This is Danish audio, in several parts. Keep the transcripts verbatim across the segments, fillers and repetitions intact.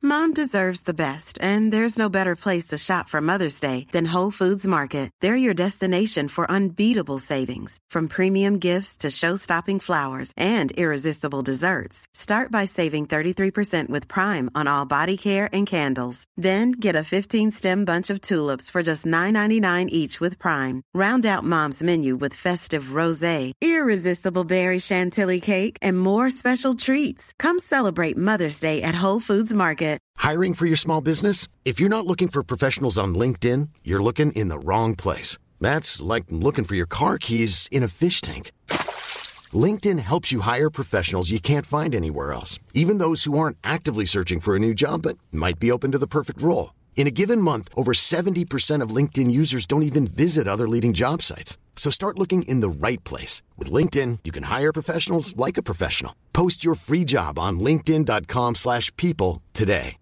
Mom deserves the best, and there's no better place to shop for Mother's Day than Whole Foods Market. They're your destination for unbeatable savings, from premium gifts to show-stopping flowers and irresistible desserts. Start by saving thirty-three percent with Prime on all body care and candles. Then get a fifteen-stem bunch of tulips for just nine ninety-nine each with Prime. Round out Mom's menu with festive rosé, irresistible berry chantilly cake, and more special treats. Come celebrate Mother's Day at Whole Foods Market. Hiring for your small business? If you're not looking for professionals on LinkedIn, you're looking in the wrong place. That's like looking for your car keys in a fish tank. LinkedIn helps you hire professionals you can't find anywhere else, even those who aren't actively searching for a new job but might be open to the perfect role. In a given month, over seventy percent of LinkedIn users don't even visit other leading job sites. So start looking in the right place. With LinkedIn, you can hire professionals like a professional. Post your free job on linkedin dot com slash people today.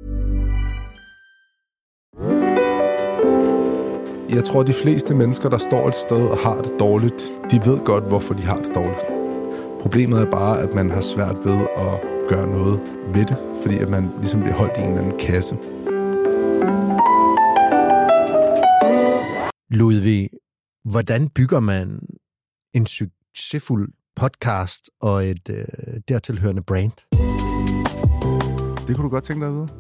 Jeg tror, de fleste mennesker, der står et sted og har det dårligt, de ved godt, hvorfor de har det dårligt. Problemet er bare, at man har svært ved at gøre noget ved det, fordi at man ligesom bliver holdt i en eller anden kasse. Ludvig, hvordan bygger man en succesfuld podcast og et øh, dertilhørende brand? Det kunne du godt tænke dig at vide.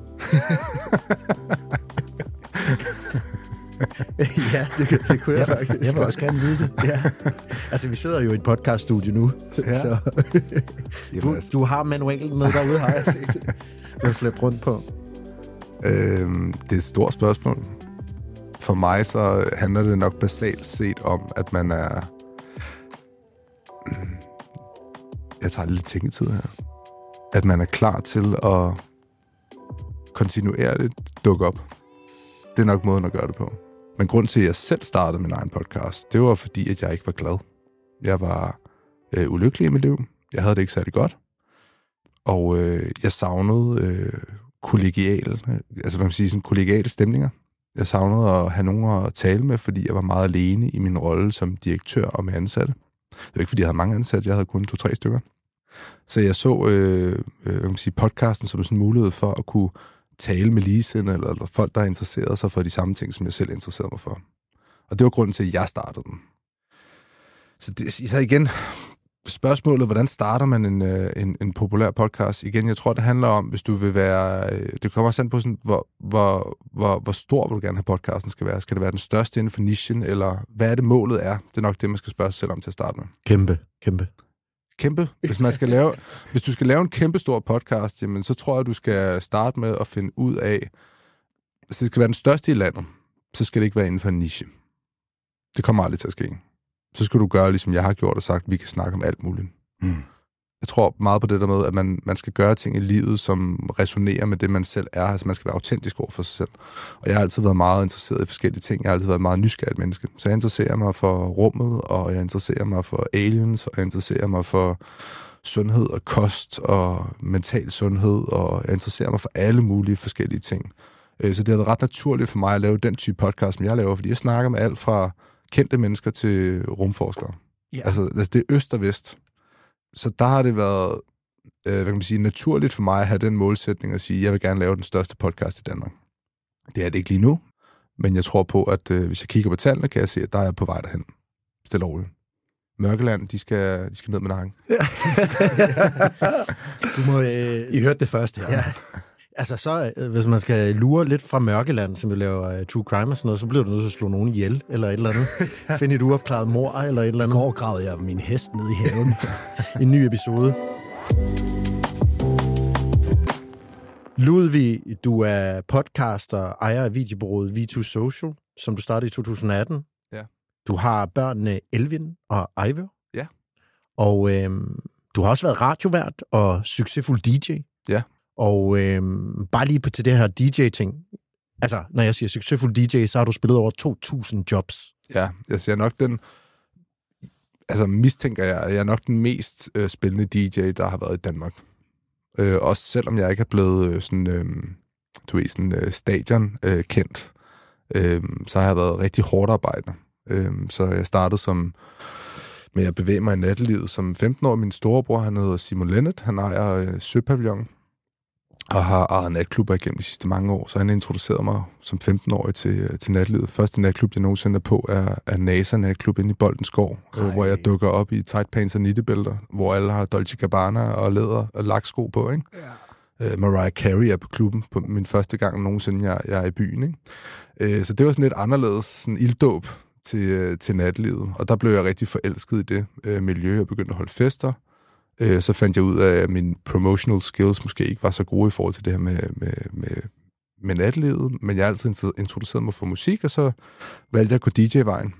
Ja, det, det kunne jeg faktisk. Jeg vil også gerne vide det. Ja. Altså, vi sidder jo i et podcaststudie nu, ja. Så du, du har manualen med derude, har jeg set. Du har slæbt rundt på. Øhm, det er et stort spørgsmål. For mig så handler det nok basalt set om, at man er... Jeg tager lidt tænketid her. At man er klar til at kontinuerligt dukke op. Det er nok måden at gøre det på. Men grund til, at jeg selv startede min egen podcast, det var fordi, at jeg ikke var glad. Jeg var øh, ulykkelig i mit liv. Jeg havde det ikke særlig godt. Og øh, jeg savnede øh, kollegiale, altså hvad man siger, sådan kollegiale stemninger. Jeg savnede at have nogen at tale med, fordi jeg var meget alene i min rolle som direktør og med ansatte. Det var ikke, fordi jeg havde mange ansatte. Jeg havde kun to-tre stykker. Så jeg så øh, øh, hvad man sige, podcasten som sådan en mulighed for at kunne tale med ligesindede, eller, eller folk, der interesserede sig for de samme ting, som jeg selv interesserede mig for. Og det var grunden til, at jeg startede den. Så, det, så igen, spørgsmålet, hvordan starter man en, en, en populær podcast? Igen, jeg tror, det handler om, hvis du vil være... Det kommer også an på, sådan, hvor, hvor, hvor, hvor stor vil du gerne have podcasten skal være. Skal det være den største inden for nichen, eller hvad er det målet er? Det er nok det, man skal spørge sig selv om til at starte med. Kæmpe, kæmpe. Kæmpe. Hvis, man skal lave, hvis du skal lave en kæmpe stor podcast, jamen, så tror jeg, du skal starte med at finde ud af, hvis det skal være den største i landet, så skal det ikke være inden for en niche. Det kommer aldrig til at ske. Så skal du gøre, ligesom jeg har gjort og sagt, at vi kan snakke om alt muligt. Mm. Jeg tror meget på det der med, at man, man skal gøre ting i livet, som resonerer med det, man selv er. Altså, man skal være autentisk over for sig selv. Og jeg har altid været meget interesseret i forskellige ting. Jeg har altid været meget nysgerrig menneske. Så jeg interesserer mig for rummet, og jeg interesserer mig for aliens, og jeg interesserer mig for sundhed og kost og mental sundhed, og jeg interesserer mig for alle mulige forskellige ting. Så det har været ret naturligt for mig at lave den type podcast, som jeg laver, fordi jeg snakker med alt fra kendte mennesker til rumforskere. Yeah. Altså, altså, det er øst og vest. Så der har det været øh, hvad kan man sige, naturligt for mig at have den målsætning at sige, at jeg vil gerne lave den største podcast i Danmark. Det er det ikke lige nu, men jeg tror på, at øh, hvis jeg kigger på tallene, kan jeg se, at der er på vej derhen. Stille og roligt. Mørkeland, de skal, de skal ned med nakken. Du må, øh, I hørte det først her. Ja. Altså så, hvis man skal lure lidt fra Mørkeland, som vi laver uh, true crime og sådan noget, så bliver du nødt til at slå nogen ihjel, eller et eller andet. Finde et uopklaret mord, eller et eller andet. I går gravede jeg min hest ned i haven. En ny episode. Ludvig, du er podcaster, ejer af videobureauet V to Social, som du startede i to tusind atten. Ja. Du har børnene Elvin og Ivor. Ja. Og øhm, du har også været radiovært og succesfuld D J. Ja. Og øhm, bare lige på til det her D J-ting. Altså, når jeg siger succesfuld D J, så har du spillet over to tusind jobs. Ja, jeg siger nok den... Altså, mistænker jeg, at jeg er nok den mest øh, spændende D J, der har været i Danmark. Øh, også selvom jeg ikke er blevet øh, sådan, øh, du ved, sådan øh, stadion øh, kendt, øh, så har jeg været rigtig hårdt arbejder. Øh, så jeg startede som... med at bevæge mig i nattelivet som femten år. Min storebror, han hedder Simon Lennet. Han ejer øh, Søpavillon. og har ejet natklubber igennem de sidste mange år. Så han introducerede mig som femten-årig til, til natlivet. Første natklub, jeg nogensinde er på, er, er NASA natklub inde i Boldenskov, øh, hvor jeg dukker op i tight pants og nittebælter, hvor alle har Dolce Gabbana og læder og laksko på, ikke? Ja. Øh, Mariah Carey er på klubben på min første gang nogensinde, jeg, jeg er i byen, ikke? Øh, så det var sådan lidt anderledes, sådan ilddåb til, til natlivet. Og der blev jeg rigtig forelsket i det øh, miljø. Jeg begyndte at holde fester. Øh, så fandt jeg ud af, at mine promotional skills måske ikke var så gode i forhold til det her med, med, med, med natlivet. Men jeg har altid introduceret mig for musik, og så valgte jeg at gå D J-vejen.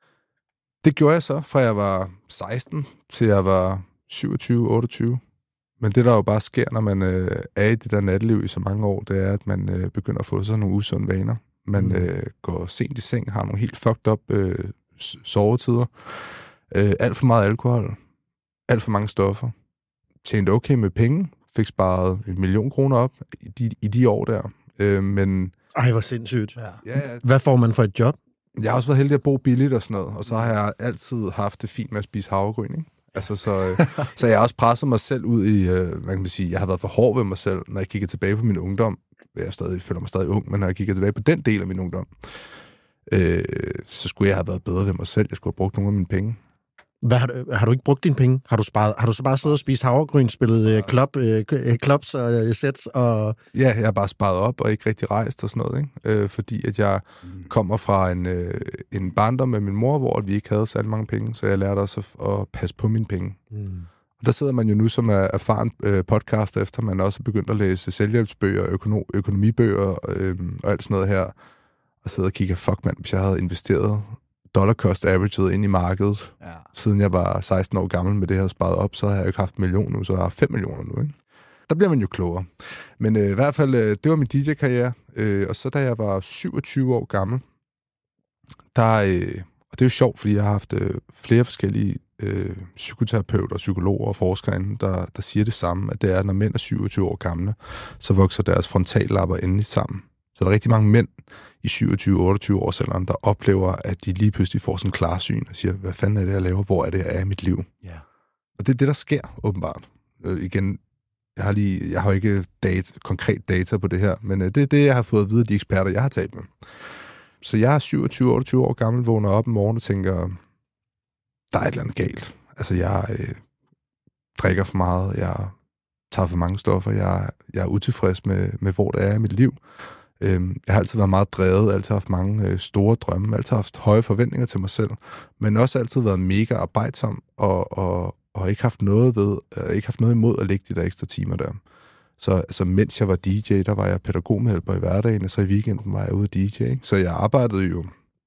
Det gjorde jeg så, fra jeg var seksten til jeg var syvogtyve otteogtyve. Men det, der jo bare sker, når man øh, er i det der natliv i så mange år, det er, at man øh, begynder at få sådan nogle usunde vaner. Man mm. øh, går sent i seng, har nogle helt fucked up øh, sovetider. Øh, alt for meget alkohol. Alt for mange stoffer. Tjente okay med penge. Fik sparet en million kroner op i de, i de år der. Øh, men... Ej, hvor sindssygt. Ja, ja. Hvad får man for et job? Jeg har også været heldig at bo billigt og sådan noget. Og så har jeg altid haft det fint med at spise havregryn, ikke? Altså, så, øh, så jeg har også presset mig selv ud i, øh, hvad kan man sige, jeg har været for hård ved mig selv, når jeg kigger tilbage på min ungdom. Jeg stadig, føler mig stadig ung, men når jeg kigger tilbage på den del af min ungdom, øh, så skulle jeg have været bedre ved mig selv. Jeg skulle have brugt nogle af mine penge. Hvad, har, du, har du ikke brugt dine penge? Har du, sparet, har du så bare siddet og spist havregryn, spillet øh, klub, øh, clubs og øh, sets? Og... Ja, jeg har bare sparet op og ikke rigtig rejst og sådan noget, ikke? Øh, fordi at jeg mm. kommer fra en, øh, en barndom med min mor, hvor vi ikke havde særlig mange penge, så jeg lærte også at, at passe på mine penge. Mm. Og der sidder man jo nu som er erfaren øh, podcaster, efter man også er begyndt at læse selvhjælpsbøger, økono- økonomibøger øh, og alt sådan noget her, og sidder og kigger, fuck mand, hvis jeg havde investeret dollar cost averaged ind i markedet, ja. Siden jeg var seksten år gammel med det her sparet op, så har jeg jo ikke haft en million nu, så jeg har fem millioner nu, ikke? Der bliver man jo klogere. Men øh, i hvert fald, øh, det var min D J-karriere, øh, og så da jeg var syvogtyve år gammel, der, øh, og det er jo sjovt, fordi jeg har haft øh, flere forskellige øh, psykoterapeuter, psykologer og forskere inde, der, der siger det samme, at det er, når mænd er syvogtyve år gamle, så vokser deres frontallapper endelig sammen. Så der er rigtig mange mænd i syvogtyve otteogtyve års alderen, der oplever, at de lige pludselig får sådan en klarsyn og siger, hvad fanden er det, jeg laver? Hvor er det, jeg er i mit liv? Yeah. Og det er det, der sker, åbenbart. Øh, igen, jeg har, lige, jeg har ikke data, konkret data på det her, men øh, det er det, jeg har fået at vide af de eksperter, jeg har talt med. Så jeg er syvogtyve otteogtyve år gammel, vågner op en morgen og tænker, der er et eller andet galt. Altså, jeg øh, drikker for meget, jeg tager for mange stoffer, jeg, jeg er utilfreds med, med, hvor det er i mit liv. Jeg har altid været meget drevet, altid haft mange øh, store drømme, altid haft høje forventninger til mig selv, men også altid været mega arbejdsom og, og, og ikke haft noget ved, øh, ikke haft noget imod at lægge de der ekstra timer der. Så altså, mens jeg var D J, der var jeg pædagogmedhjælper i hverdagen, og så i weekenden var jeg ude D J. Ikke? Så jeg arbejdede jo,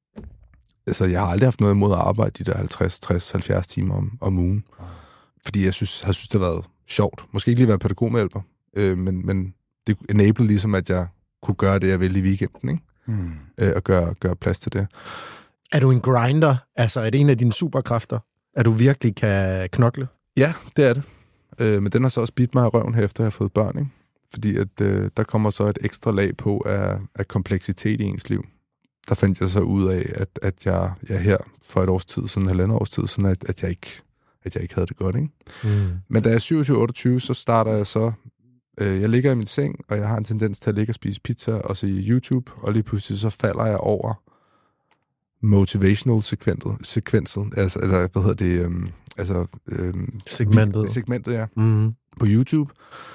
altså jeg har aldrig haft noget imod at arbejde de der halvtreds, tres, halvfjerds timer om, om ugen, fordi jeg synes, jeg synes, det har været sjovt. Måske ikke lige være pædagogmedhjælper, øh, men, men det enable ligesom, at jeg kunne gøre det, jeg vil i weekenden, ikke? Mm. Øh, og gøre, gøre plads til det. Er du en grinder? Altså, er det en af dine superkræfter? At du virkelig kan knokle? Ja, det er det. Øh, men den har så også bidt mig i røven, efter jeg har fået børn, ikke? Fordi at, øh, der kommer så et ekstra lag på af, af kompleksitet i ens liv. Der fandt jeg så ud af, at, at jeg, jeg her for et års tid, sådan en halvandet års tid, sådan at, at, jeg ikke, at jeg ikke havde det godt, ikke? Mm. Men da jeg er syvogtyve otteogtyve, så starter jeg så. Jeg ligger i min seng, og jeg har en tendens til at ligge og spise pizza og se YouTube, og lige pludselig så falder jeg over motivational sekvenset, altså, eller hvad hedder det, øhm, altså... Øhm, segmentet. Segmentet, ja. Mm-hmm. På YouTube.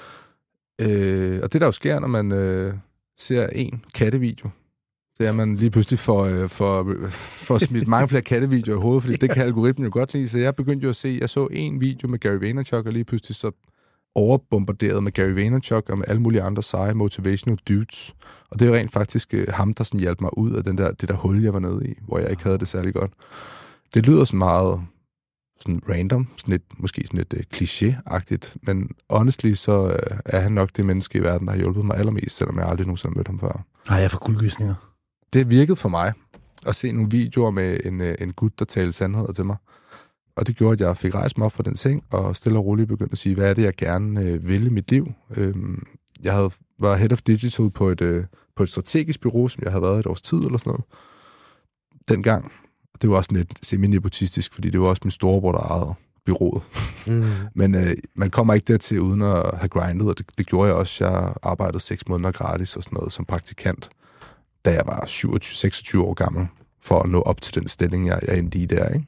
Øh, og det, der jo sker, når man øh, ser en kattevideo, det er, at man lige pludselig får, øh, får, får smidt mange flere kattevideoer i hovedet, fordi det kan algoritmen jo godt lide. Så jeg begyndte jo at se, jeg så en video med Gary Vaynerchuk, og lige pludselig så overbombarderet med Gary Vaynerchuk og med alle mulige andre seje motivational dudes. Og det er jo rent faktisk øh, ham, der sådan hjalp mig ud af den der, det der hul, jeg var nede i, hvor jeg ikke havde det særlig godt. Det lyder så meget sådan random, sådan lidt, måske sådan lidt øh, kliché-agtigt, men honestly, så øh, er han nok det menneske i verden, der har hjulpet mig allermest, selvom jeg aldrig nogensinde har mødt ham før. Ej, jeg får guldgysninger. Det virkede for mig at se nogle videoer med en, øh, en gut, der talte sandheder til mig. Og det gjorde, at jeg fik rejst mig op fra den seng, og stille og roligt begyndte at sige, hvad er det, jeg gerne øh, vil i mit liv. Øhm, jeg havde, var head of digital på et, øh, på et strategisk bureau, som jeg havde været et års tid eller sådan noget. Dengang, det var også lidt semi-nepotistisk, fordi det var også min storebror, der ejede bureauet. Mm. Men øh, man kommer ikke dertil uden at have grindet, og det, det gjorde jeg også. Jeg arbejdede seks måneder gratis og sådan noget som praktikant, da jeg var syvogtyve seksogtyve år gammel, for at nå op til den stilling, jeg, jeg endte i der, ikke?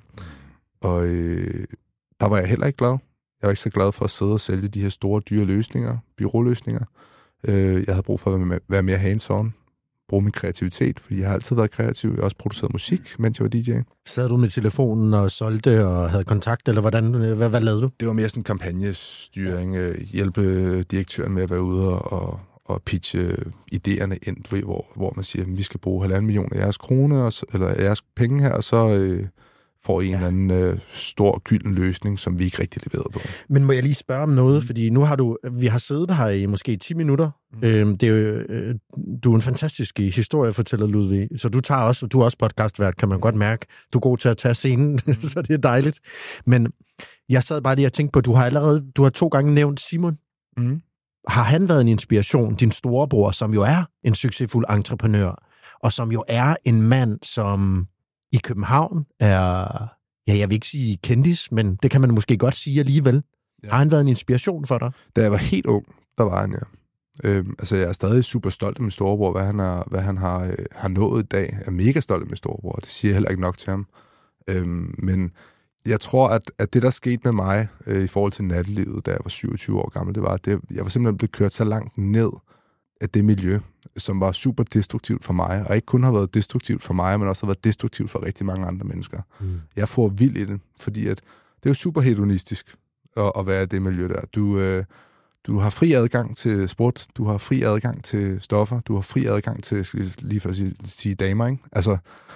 Og øh, der var jeg heller ikke glad. Jeg var ikke så glad for at sidde og sælge de her store, dyre løsninger, bureauløsninger. Øh, jeg havde brug for at være, med, være mere hands-on, bruge min kreativitet, fordi jeg har altid været kreativ. Jeg har også produceret musik, mens jeg var D J. Sad du med telefonen og solgte og havde kontakt, eller hvordan, hvad, hvad lavede du? Det var mere sådan en kampagnestyring, øh, hjælpe direktøren med at være ude og, og pitche idéerne ind, hvor, hvor man siger, at vi skal bruge halvanden million af jeres kroner, eller jeres penge her, og så øh, får I en ja. eller anden øh, stor, gylden løsning, som vi ikke rigtig leverede på. Men må jeg lige spørge om noget, mm. fordi nu har du, vi har siddet her i måske ti minutter. Mm. Øhm, det er jo, øh, du er en fantastisk historiefortæller, Ludvig, så du tager også, du er også podcastvært, kan man godt mærke. Du er god til at tage scenen, så det er dejligt. Men jeg sad bare lige og tænkte på, du har allerede, du har to gange nævnt Simon. Mm. Har han været en inspiration, din storebror, som jo er en succesfuld entreprenør, og som jo er en mand, som i København er, ja, jeg vil ikke sige kendis, men det kan man måske godt sige alligevel. Ja. Har han været en inspiration for dig? Da jeg var helt ung, der var han, ja. Øhm, altså, jeg er stadig super stolt af min storebror, hvad han, er, hvad han har, øh, har nået i dag. Jeg er mega stolt af min storebror, det siger jeg heller ikke nok til ham. Øhm, men jeg tror, at, at det, der skete med mig øh, i forhold til nattelivet, da jeg var syvogtyve år gammel, det var, at det, jeg var simpelthen blevet kørt så langt ned af det miljø, som var super destruktivt for mig, og ikke kun har været destruktivt for mig, men også har været destruktivt for rigtig mange andre mennesker. Mm. Jeg får vild i det, fordi at det er jo super hedonistisk at, at være i det miljø der. Du, øh, du har fri adgang til sport, du har fri adgang til stoffer, du har fri adgang til, lige for at sige, sige damer, ikke? Altså,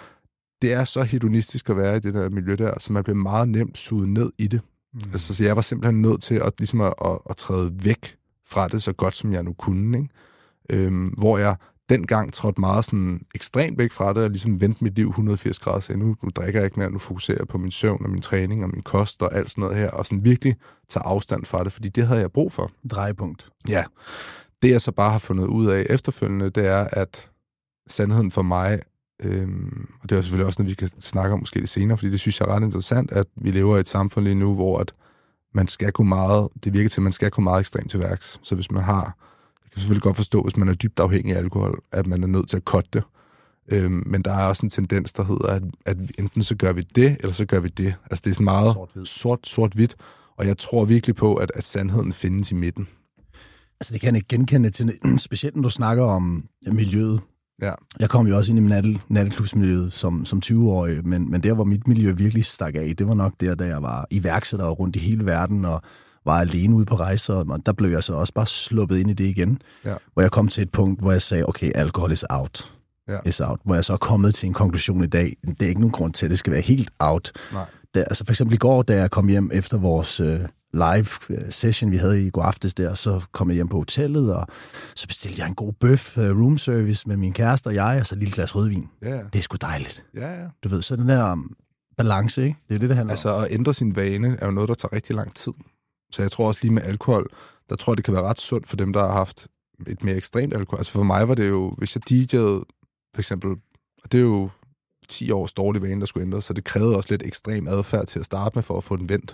det er så hedonistisk at være i det der miljø der, så man bliver meget nemt suget ned i det. Mm. Altså, så jeg var simpelthen nødt til at, ligesom at, at, at træde væk fra det, så godt som jeg nu kunne, ikke? Øhm, hvor jeg dengang trådte meget sådan ekstremt væk fra det, og ligesom vendte mit liv et hundrede og firs grader, så nu, nu drikker jeg ikke mere, nu fokuserer jeg på min søvn og min træning og min kost og alt sådan noget her, og sådan virkelig tager afstand fra det, fordi det havde jeg brug for. Drejepunkt. Ja. Det jeg så bare har fundet ud af efterfølgende, det er, at sandheden for mig, øhm, og det er selvfølgelig også noget, vi kan snakke om måske lidt senere, fordi det synes jeg er ret interessant, at vi lever i et samfund lige nu, hvor at man skal gå meget, det virker til, at man skal gå meget ekstremt til værks. Så hvis man har, jeg kan selvfølgelig godt forstå, hvis man er dybt afhængig af alkohol, at man er nødt til at cutte det. Øhm, men der er også en tendens, der hedder, at, at enten så gør vi det, eller så gør vi det. Altså det er sådan meget sort, sort-hvidt, og jeg tror virkelig på, at, at sandheden findes i midten. Altså det kan jeg ikke genkende til, specielt når du snakker om ja, miljøet. Ja. Jeg kom jo også ind i nattel, nattelklubsmiljøet som, som tyve-årig, men, men der, hvor mit miljø virkelig stak af, det var nok der, da jeg var iværksætter rundt i hele verden, og var alene ude på rejser, og der blev jeg så også bare sluppet ind i det igen. Ja. Hvor jeg kom til et punkt, hvor jeg sagde, okay, alkohol is out. Ja. Is out. Hvor jeg så er kommet til en konklusion i dag. Det er ikke nogen grund til, at det skal være helt out. Nej. Der, altså for eksempel i går, da jeg kom hjem efter vores øh, live session, vi havde i går aftes der, så kom jeg hjem på hotellet, og så bestilte jeg en god bøf, øh, room service med min kæreste og jeg, og så et lille glas rødvin. Yeah. Det er sgu dejligt. Ja, ja. Du ved, så den der um, balance, ikke? Det er det, det handler altså, om. Altså at ændre sin vane er jo noget, der tager rigtig lang tid. Så jeg tror også lige med alkohol, der tror jeg, det kan være ret sundt for dem, der har haft et mere ekstremt alkohol. Altså for mig var det jo, hvis jeg D J'ede, for eksempel, og det er jo ti års dårlig vane, der skulle ændres, så det krævede også lidt ekstrem adfærd til at starte med, for at få den vendt.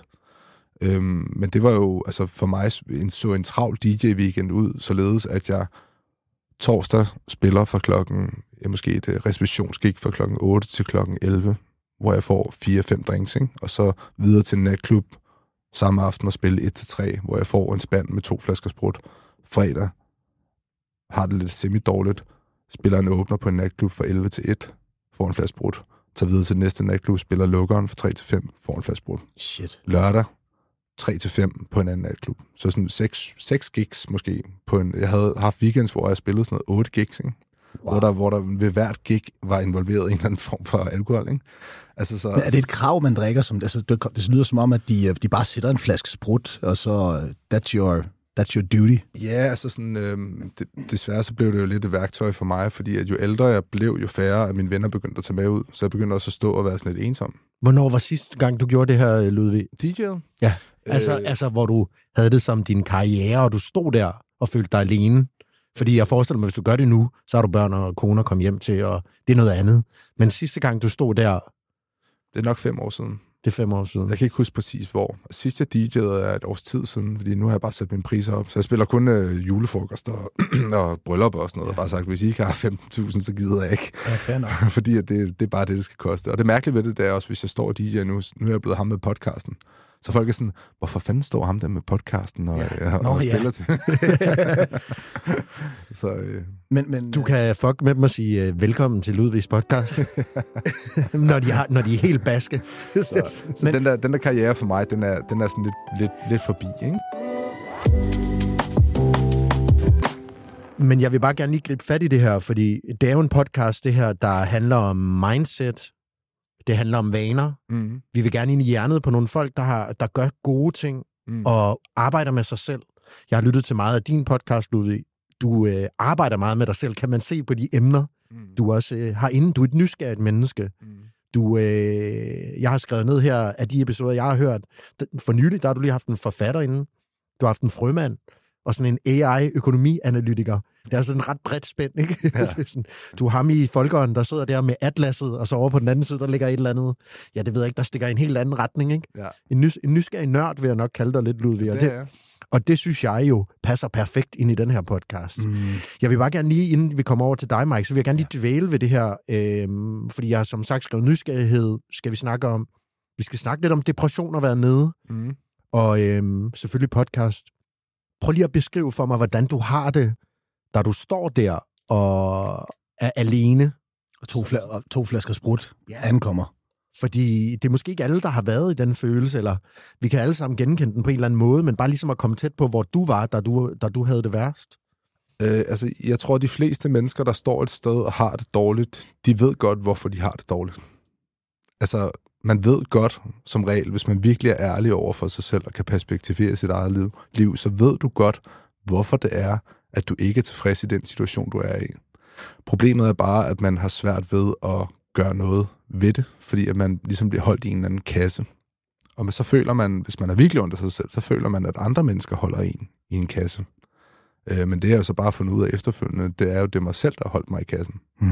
Øhm, men det var jo, altså for mig en, så en travl D J-weekend ud, således at jeg torsdag spiller fra klokken, ja, måske et reservationsgig fra klokken otte til klokken elleve, hvor jeg får fire fem drinks, ikke? Og så videre til en natklub samme aften og spille et til tre, hvor jeg får en spand med to flasker sprut. Fredag har det lidt semi-dårligt, spiller en åbner på en natklub fra elleve til et, får en flaske sprut, tager videre til den næste natklub, spiller lukkeren fra tre til fem, får en flaske sprut. Shit. Lørdag tre til fem på en anden natklub. Så sådan seks gigs måske. På en, jeg havde haft weekends, hvor jeg spillede sådan noget otte gigs, ikke? Wow. Hvor, der, hvor der ved hvert gig var involveret en eller anden form for alkohol, ikke? Altså, så, men er det et krav, man drikker? Som, altså, det, det lyder som om, at de, de bare sætter en flaske sprut, og så that's your, that's your duty. Ja, altså sådan, øh, det, desværre så blev det jo lidt et værktøj for mig, fordi at jo ældre jeg blev, jo færre af mine venner begyndte at tage med ud, så jeg begyndte også at stå og være sådan lidt ensom. Hvornår var sidste gang, du gjorde det her, Ludvig? D J'et? Ja, altså, øh, altså hvor du havde det som din karriere, og du stod der og følte dig alene. Fordi jeg forestiller mig, hvis du gør det nu, så har du børn og koner at komme hjem til, og det er noget andet. Men sidste gang, du stod der... Det er nok fem år siden. Det er fem år siden. Jeg kan ikke huske præcis hvor. Sidst jeg D J'ede er et års tid siden, fordi nu har jeg bare sat mine priser op. Så jeg spiller kun øh, julefrokost og, og bryllup og sådan noget. Ja. Og bare sagt, hvis I ikke har femten tusind, så gider jeg ikke. Ja, fair nok. Fordi at det, det er bare det, det skal koste. Og det mærkelige ved det, det er også, hvis jeg står og D J'er nu, nu er jeg blevet ham med podcasten. Så folk er sådan, hvorfor fanden står ham der med podcasten, og, ja. jeg, og Nå, spiller ja. til? så, øh. men, men, du kan fuck med dem og sige uh, velkommen til Ludvigs podcast, når, de har, når de er helt baske. så så men, den, der, den der karriere for mig, den er, den er sådan lidt, lidt, lidt forbi, ikke? Men jeg vil bare gerne lige gribe fat i det her, fordi det er jo en podcast, det her, der handler om mindset. Det handler om vaner. Mm. Vi vil gerne ind i hjernet på nogle folk, der, har, der gør gode ting mm. og arbejder med sig selv. Jeg har lyttet til meget af din podcast, Ludvig. Du øh, arbejder meget med dig selv. Kan man se på de emner, mm. du også øh, har inde. Du er et nysgerrigt menneske. Mm. Du, øh, jeg har skrevet ned her af de episoder, jeg har hørt. For nylig, der har du lige haft en forfatter inde. Du har haft en frømand og sådan en A I-økonomianalytiker. Det er sådan ret bredt spændt, ikke? Ja. Du har ham i Folkeånden, der sidder der med atlasset, og så over på den anden side, der ligger et eller andet, ja, det ved jeg ikke, der stikker i en helt anden retning, ikke? Ja. En, nys- en nysgerrig nørd, vil jeg nok kalde dig lidt, Ludvig. Og det, det, og det synes jeg jo passer perfekt ind i den her podcast. Mm. Jeg vil bare gerne lige, inden vi kommer over til dig, Mike, så vil jeg gerne lige dvæle ved det her, øhm, fordi jeg har som sagt skrevet nysgerrighed, skal vi snakke om, vi skal snakke lidt om depression og være nede, mm. og øhm, selvfølgelig podcast. Prøv lige at beskrive for mig, hvordan du har det, da du står der og er alene. Og to, fla- og to flasker sprut ja. ankommer. Fordi det er måske ikke alle, der har været i den følelse, eller vi kan alle sammen genkende den på en eller anden måde, men bare ligesom at komme tæt på, hvor du var, da du, da du havde det værst. Øh, altså, jeg tror, de fleste mennesker, der står et sted og har det dårligt, de ved godt, hvorfor de har det dårligt. Altså, man ved godt, som regel, hvis man virkelig er ærlig over for sig selv og kan perspektivere sit eget liv, liv, så ved du godt, hvorfor det er, at du ikke er tilfreds i den situation, du er i. Problemet er bare, at man har svært ved at gøre noget ved det, fordi at man ligesom bliver holdt i en eller anden kasse. Og så føler man, hvis man er virkelig under sig selv, så føler man, at andre mennesker holder en i en kasse. Øh, men det er jo så bare fundet ud af efterfølgende, det er jo det mig selv, der har holdt mig i kassen. Hmm.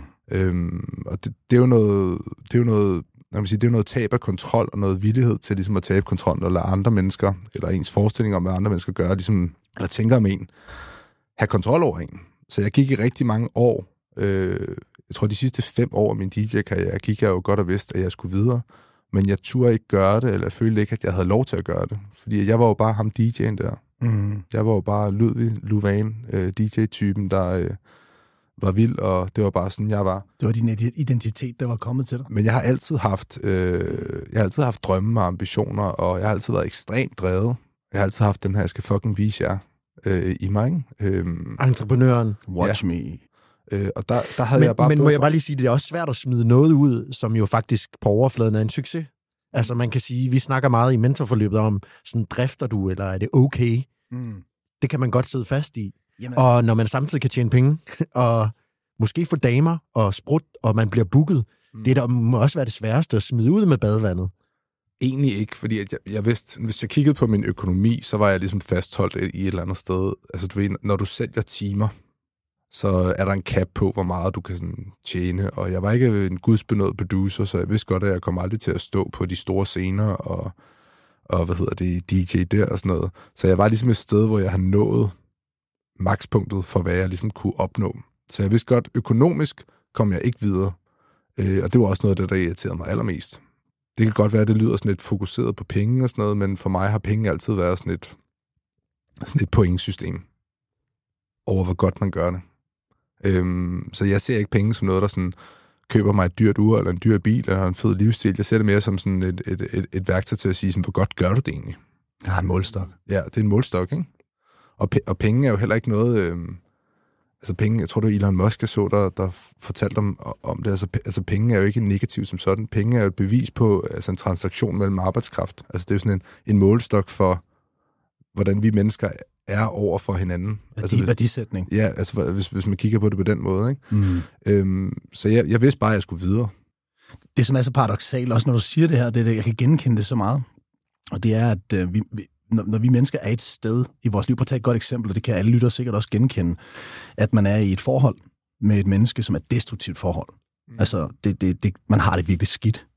Øhm, og det, det er jo noget, det er jo noget, jeg vil sige, det er jo noget tab af kontrol og noget villighed til ligesom at tabe kontrollen og lade andre mennesker, eller ens forestilling om, hvad andre mennesker gør, ligesom, eller tænker om en, have kontrol over en. Så jeg gik i rigtig mange år, øh, jeg tror de sidste fem år af min D J-karriere, gik jeg jo godt og vidste, at jeg skulle videre, men jeg turde ikke gøre det, eller jeg følte ikke, at jeg havde lov til at gøre det, fordi jeg var jo bare ham D J'en der. Mm. Jeg var jo bare Ludvig Louvain, øh, D J-typen, der øh, var vild, og det var bare sådan, jeg var. Det var din identitet, der var kommet til dig. Men jeg har altid haft, øh, jeg har altid haft drømme og ambitioner, og jeg har altid været ekstremt drevet. Jeg har altid haft den her, jeg skal fucking vise jer øh, i mig. Øh, Entreprenøren. Watch ja. me. Øh, og der, der havde men, jeg bare... Men må jeg bare lige sige, det er også svært at smide noget ud, som jo faktisk på overfladen er en succes. Altså man kan sige, vi snakker meget i mentorforløbet om, sådan drifter du, eller er det okay? Mm. Det kan man godt sidde fast i. Jamen. Og når man samtidig kan tjene penge, og måske få damer og sprut, og man bliver booket, mm. det der må også være det sværeste at smide ud med badevandet. Egentlig ikke, fordi jeg, jeg vidste, hvis jeg kiggede på min økonomi, så var jeg ligesom fastholdt i et eller andet sted. Altså du ved, når du sælger timer, så er der en cap på, hvor meget du kan sådan tjene. Og jeg var ikke en gudsbenået producer, så jeg vidste godt, at jeg kom aldrig til at stå på de store scener og, og hvad hedder det, D J der og sådan noget. Så jeg var ligesom et sted, hvor jeg har nået makspunktet for, hvad jeg ligesom kunne opnå. Så jeg vidste godt, økonomisk kom jeg ikke videre. Øh, og det var også noget af det, der irriterede mig allermest. Det kan godt være, at det lyder sådan lidt fokuseret på penge og sådan noget, men for mig har penge altid været sådan et, sådan et pointsystem over, hvor godt man gør det. Øhm, så jeg ser ikke penge som noget, der sådan køber mig et dyrt ur, eller en dyr bil, eller en fed livsstil. Jeg ser det mere som sådan et, et, et, et værktøj til at sige, sådan, hvor godt gør du det egentlig? Ja, en målstok. Ja, det er en målstok, ikke? Og, pe- og penge er jo heller ikke noget... Øhm, altså penge, jeg tror det var Elon Musk, jeg så, der, der fortalte om, om det. Altså, altså penge er jo ikke negativt som sådan. Penge er jo et bevis på altså en transaktion mellem arbejdskraft. Altså det er jo sådan en, en målstok for, hvordan vi mennesker er over for hinanden. Værdi, altså, hvis, værdisætning. Ja, altså hvis, hvis man kigger på det på den måde. Ikke? Mm. Øhm, så jeg, jeg vidste bare, at jeg skulle videre. Det, som er så paradoksalt, også når du siger det her, det er det, jeg kan genkende det så meget. Og det er, at øh, vi, vi, når, når vi mennesker er et sted i vores liv, på at tage et godt eksempel, og det kan alle lyttere sikkert også genkende, at man er i et forhold med et menneske, som er et destruktivt forhold. Mm. Altså, det, det, det, man har det virkelig skidt.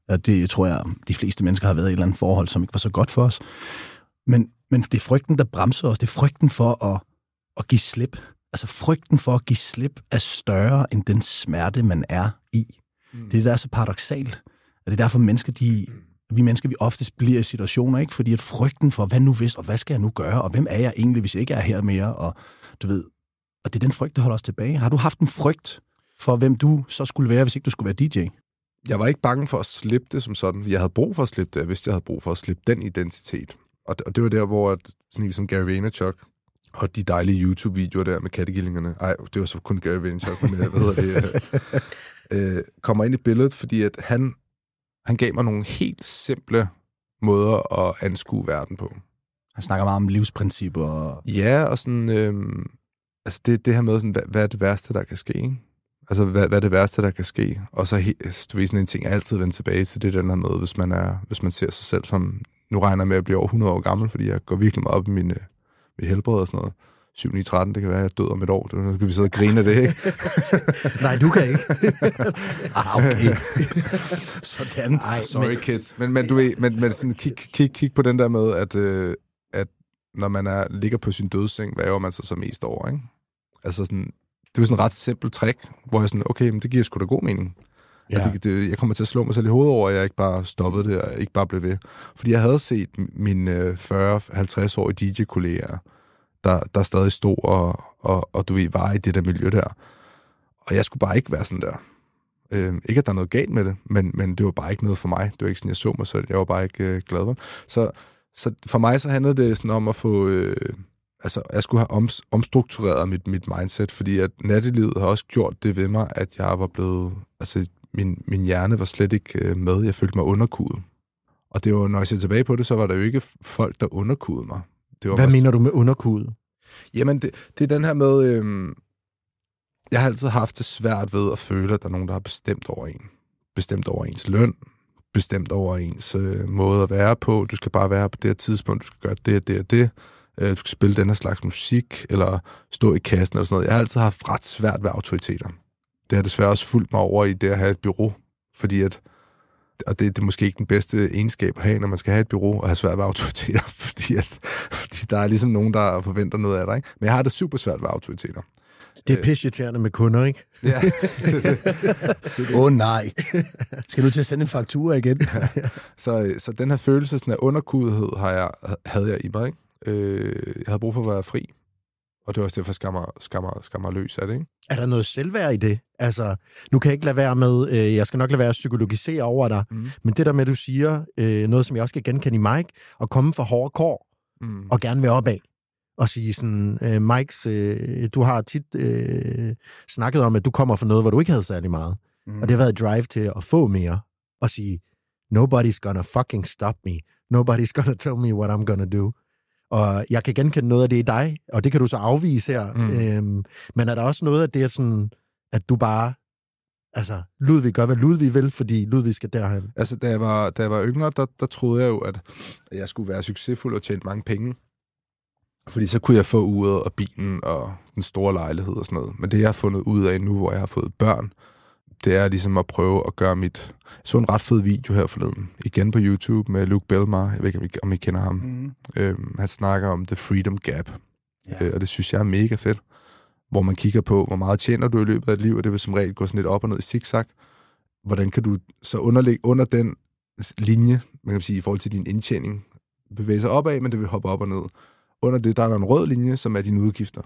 Og det tror jeg, de fleste mennesker har været i et eller andet forhold, som ikke var så godt for os. Men, men det er frygten, der bremser os. Det er frygten for at, at give slip. Altså frygten for at give slip er større end den smerte, man er i. Mm. Det er det, der er så paradoksalt. Og det er derfor, mennesker, de, vi mennesker, vi oftest bliver i situationer, ikke? Fordi at frygten for, hvad nu hvis, og hvad skal jeg nu gøre, og hvem er jeg egentlig, hvis jeg ikke er her mere, og du ved, og det er den frygt, der holder os tilbage. Har du haft en frygt for, hvem du så skulle være, hvis ikke du skulle være D J? Jeg var ikke bange for at slippe det som sådan. Jeg havde brug for at slippe det, hvis jeg havde brug for at slippe den identitet. Og det, og det var der, hvor sådan en som Gary Vaynerchuk og de dejlige YouTube-videoer der med kattekillingerne, ej, det var så kun Gary Vaynerchuk, men hvad hedder det, øh, kommer ind i billedet, fordi at han, han gav mig nogle helt simple måder at anskue verden på. Han snakker meget om livsprincipper. Og... Ja, og sådan, øh, altså det, det her med, sådan, hvad, hvad er det værste, der kan ske, ikke? Altså, hvad, hvad er det værste, der kan ske? Og så, du ved, sådan en ting, jeg altid vender tilbage til det, den her med, hvis man, er, hvis man ser sig selv som, nu regner jeg med at blive over hundrede år gammel, fordi jeg går virkelig meget op i mine, mit helbred og sådan noget. syv ni tretten, det kan være, at jeg dør om et år. Nu skal vi sidde og grine af det, ikke? Nej, du kan ikke. ah, okay. Sådan. Ej, sorry, men... kids. Men, men du ved, men, men sådan, kig, kig, kig på den der med, at, øh, at når man er, ligger på sin dødsseng, hvad er man så så mest over, ikke? Altså sådan, det er jo sådan en ret simpel trick, hvor jeg sådan, okay, men det giver sgu da god mening. Ja. Det, det, jeg kommer til at slå mig selv i hovedet over, at jeg ikke bare stoppede det, og ikke bare blev ved. Fordi jeg havde set mine fyrre halvtreds-årige D J-kolleger, der, der stadig stod og, og, og du ved, var i det der miljø der. Og jeg skulle bare ikke være sådan der. Øh, ikke, at der er noget galt med det, men, men det var bare ikke noget for mig. Det var ikke sådan, jeg så mig selv. Jeg var bare ikke øh, glad for. Så, så for mig så handlede det sådan om at få... Øh, altså, jeg skulle have om, omstruktureret mit, mit mindset, fordi at nattelivet har også gjort det ved mig, at jeg var blevet... Altså, min, min hjerne var slet ikke øh, med. Jeg følte mig underkudet. Og det var, når jeg ser tilbage på det, så var der jo ikke folk, der underkudede mig. Det var Hvad bare... mener du med underkudet? Jamen, det, det er den her med... Øh, jeg har altid haft det svært ved at føle, at der er nogen, der har bestemt over en. Bestemt over ens løn. Bestemt over ens øh, måde at være på. Du skal bare være på det her tidspunkt. Du skal gøre det og det og det. Øh, du skal spille den her slags musik, eller stå i kassen eller sådan noget. Jeg har altid haft ret svært ved autoriteter. Det har desværre også fulgt mig over i det at have et bureau. Fordi at... Og det, det er måske ikke den bedste egenskab at have, når man skal have et bureau og have svært ved autoriteter. Fordi, at, fordi der er ligesom nogen, der forventer noget af dig. Ikke? Men jeg har det super svært ved autoriteter. Det er pisseirriterende med kunder, ikke? Ja. Åh oh, nej. Skal du til at sende en faktura igen? så, så den her følelse sådan af underkudighed har jeg, havde jeg i mig. Ikke? Øh, jeg havde brug for at være fri. Og det var også derfor, jeg skammer, skammer, skammer løs af det. Ikke? Er der noget selvværd i det? Altså, nu kan jeg ikke lade være med, øh, jeg skal nok lade være at psykologisere over dig, mm. men det der med, at du siger, øh, noget som jeg også skal genkende i Mike, at komme fra hårde kår, mm. og gerne være opad. Og sige sådan, øh, Mikes, øh, du har tit øh, snakket om, at du kommer fra noget, hvor du ikke havde særlig meget. Mm. Og det har været et drive til at få mere. Og sige, nobody's gonna fucking stop me. Nobody's gonna tell me what I'm gonna do. Og jeg kan genkende noget af det i dig, og det kan du så afvise her. Mm. Øhm, men er der også noget af det, sådan, at du bare... Altså, Ludvig gør, hvad Ludvig vil, fordi Ludvig skal derhen. Altså, da jeg var, da jeg var yngre, der, der troede jeg jo, at jeg skulle være succesfuld og tjene mange penge. Fordi så kunne jeg få uret og bilen og den store lejlighed og sådan noget. Men det, jeg har fundet ud af nu, hvor jeg har fået børn, det er ligesom at prøve at gøre mit... Jeg så en ret fed video her forleden, igen på YouTube, med Luke Belmar. Jeg ved ikke, om I, om I kender ham. Mm. Øhm, han snakker om The Freedom Gap. Ja. Øh, og det synes jeg er mega fedt. Hvor man kigger på, hvor meget tjener du i løbet af et liv, og det vil som regel gå sådan lidt op og ned i zigzag. Hvordan kan du så underlægge under den linje, man kan sige, i forhold til din indtjening, bevæge sig opad, men det vil hoppe op og ned. Under det, der er der en rød linje, som er dine udgifter.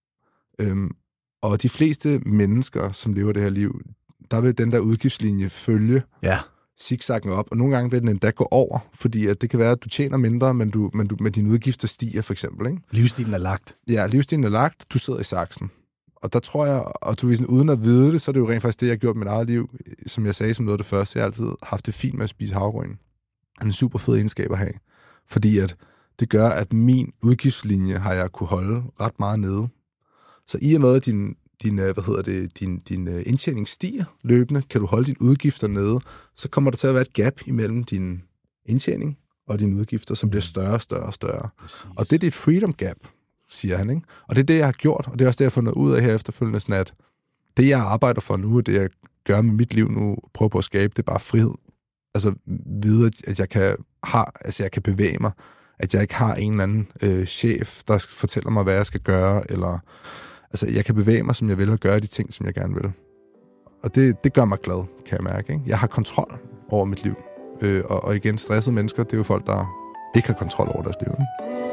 Øhm, og de fleste mennesker, som lever det her liv, der vil den der udgiftslinje følge ja. zigzaggen op, og nogle gange vil den endda gå over, fordi at det kan være, at du tjener mindre, men, du, men, du, men dine udgifter stiger, for eksempel. Ikke? Livsstilen er lagt. Ja, livsstilen er lagt, du sidder i saksen. Og der tror jeg, og du ved sådan, uden at vide det, så er det jo rent faktisk det, jeg har gjort i mit eget liv, som jeg sagde som noget af det første, jeg har altid haft det fint med at spise havregryn. Det er en super fed egenskab at have, fordi at det gør, at min udgiftslinje har jeg kunne holde ret meget nede. Så i og med, at din, din, hvad hedder det, din, din indtjening stiger løbende, kan du holde dine udgifter nede, så kommer der til at være et gap imellem din indtjening og dine udgifter, som bliver større og større og større. Præcis. Og det er dit freedom gap, siger han. Ikke? Og det er det, jeg har gjort, og det er også det, jeg har fundet ud af her efterfølgende, sådan at det, jeg arbejder for nu, og det, jeg gør med mit liv nu, prøver på at skabe, det er bare frihed. Altså vide, at jeg kan, har, altså, jeg kan bevæge mig, at jeg ikke har en eller anden øh, chef, der fortæller mig, hvad jeg skal gøre, eller altså, jeg kan bevæge mig, som jeg vil, og gøre de ting, som jeg gerne vil. Og det, det gør mig glad, kan jeg mærke. Ikke? Jeg har kontrol over mit liv. Øh, og, og igen, stressede mennesker, det er jo folk, der ikke har kontrol over deres liv. Ikke?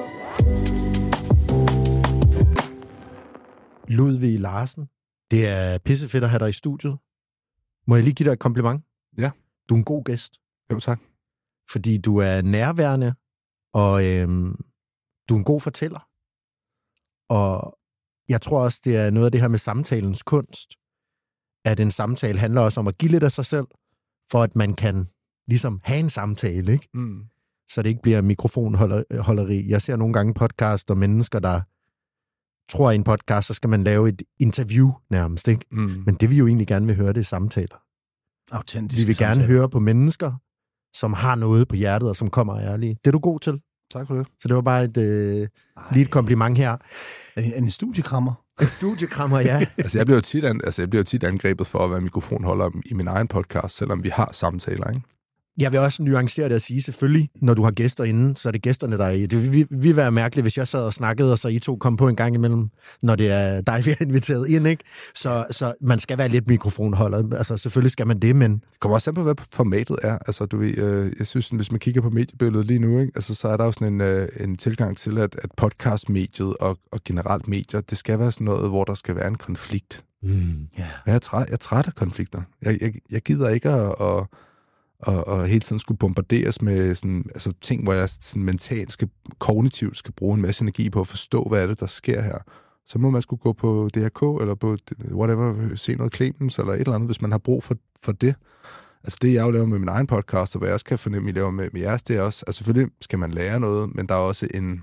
Ludvig Larsen, det er pissefedt at have dig i studiet. Må jeg lige give dig et kompliment? Ja. Du er en god gæst. Jo, tak. Fordi du er nærværende, og øhm, du er en god fortæller. Og jeg tror også, det er noget af det her med samtalens kunst, at en samtale handler også om at give lidt af sig selv, for at man kan ligesom have en samtale, ikke? Mm. Så det ikke bliver mikrofonholderi. Jeg ser nogle gange podcast og mennesker, der tror, at i en podcast, så skal man lave et interview nærmest, ikke? Mm. Men det vi jo egentlig gerne vil høre, det er samtaler. Autentiske Vi vil gerne samtaler. høre på mennesker, som har noget på hjertet, og som kommer ærlige. Det er du god til. Tak for det. Så det var bare et, øh, lige et kompliment her. Er det en studiekrammer? En studiekrammer, ja. Altså, jeg bliver jo tit, an, altså, jeg bliver jo tit angrebet for at være mikrofonholder i min egen podcast, selvom vi har samtaler, ikke? Jeg vil også nuancere det at sige, selvfølgelig, når du har gæster inde, så er det gæsterne, der er i. Det vil, vil være mærkeligt, hvis jeg sad og snakkede, og så I to kom på en gang imellem, når det er dig, vi har inviteret ind, ikke? Så, så man skal være lidt mikrofonholder. Altså, selvfølgelig skal man det, men... Det kommer også an på, hvad formatet er. Altså, du ved, øh, jeg synes, hvis man kigger på mediebilledet lige nu, ikke? Altså, så er der jo sådan en, øh, en tilgang til, at, at podcastmediet og, og generelt medier, det skal være sådan noget, hvor der skal være en konflikt. Mm. Ja. Jeg er træt, jeg er træt af konflikter. Jeg, jeg, jeg gider ikke at... at Og, og hele tiden skulle bombarderes med sådan, altså ting, hvor jeg sådan mentalt, skal, kognitivt skal bruge en masse energi på at forstå, hvad er det, der sker her. Så må man skulle gå på D R K, eller på whatever, se noget Clemens, eller et eller andet, hvis man har brug for, for det. Altså det, jeg jo laver med min egen podcast, og hvad jeg også kan fornemme, at I laver med, med jeres, det er også, altså selvfølgelig skal man lære noget, men der er også en,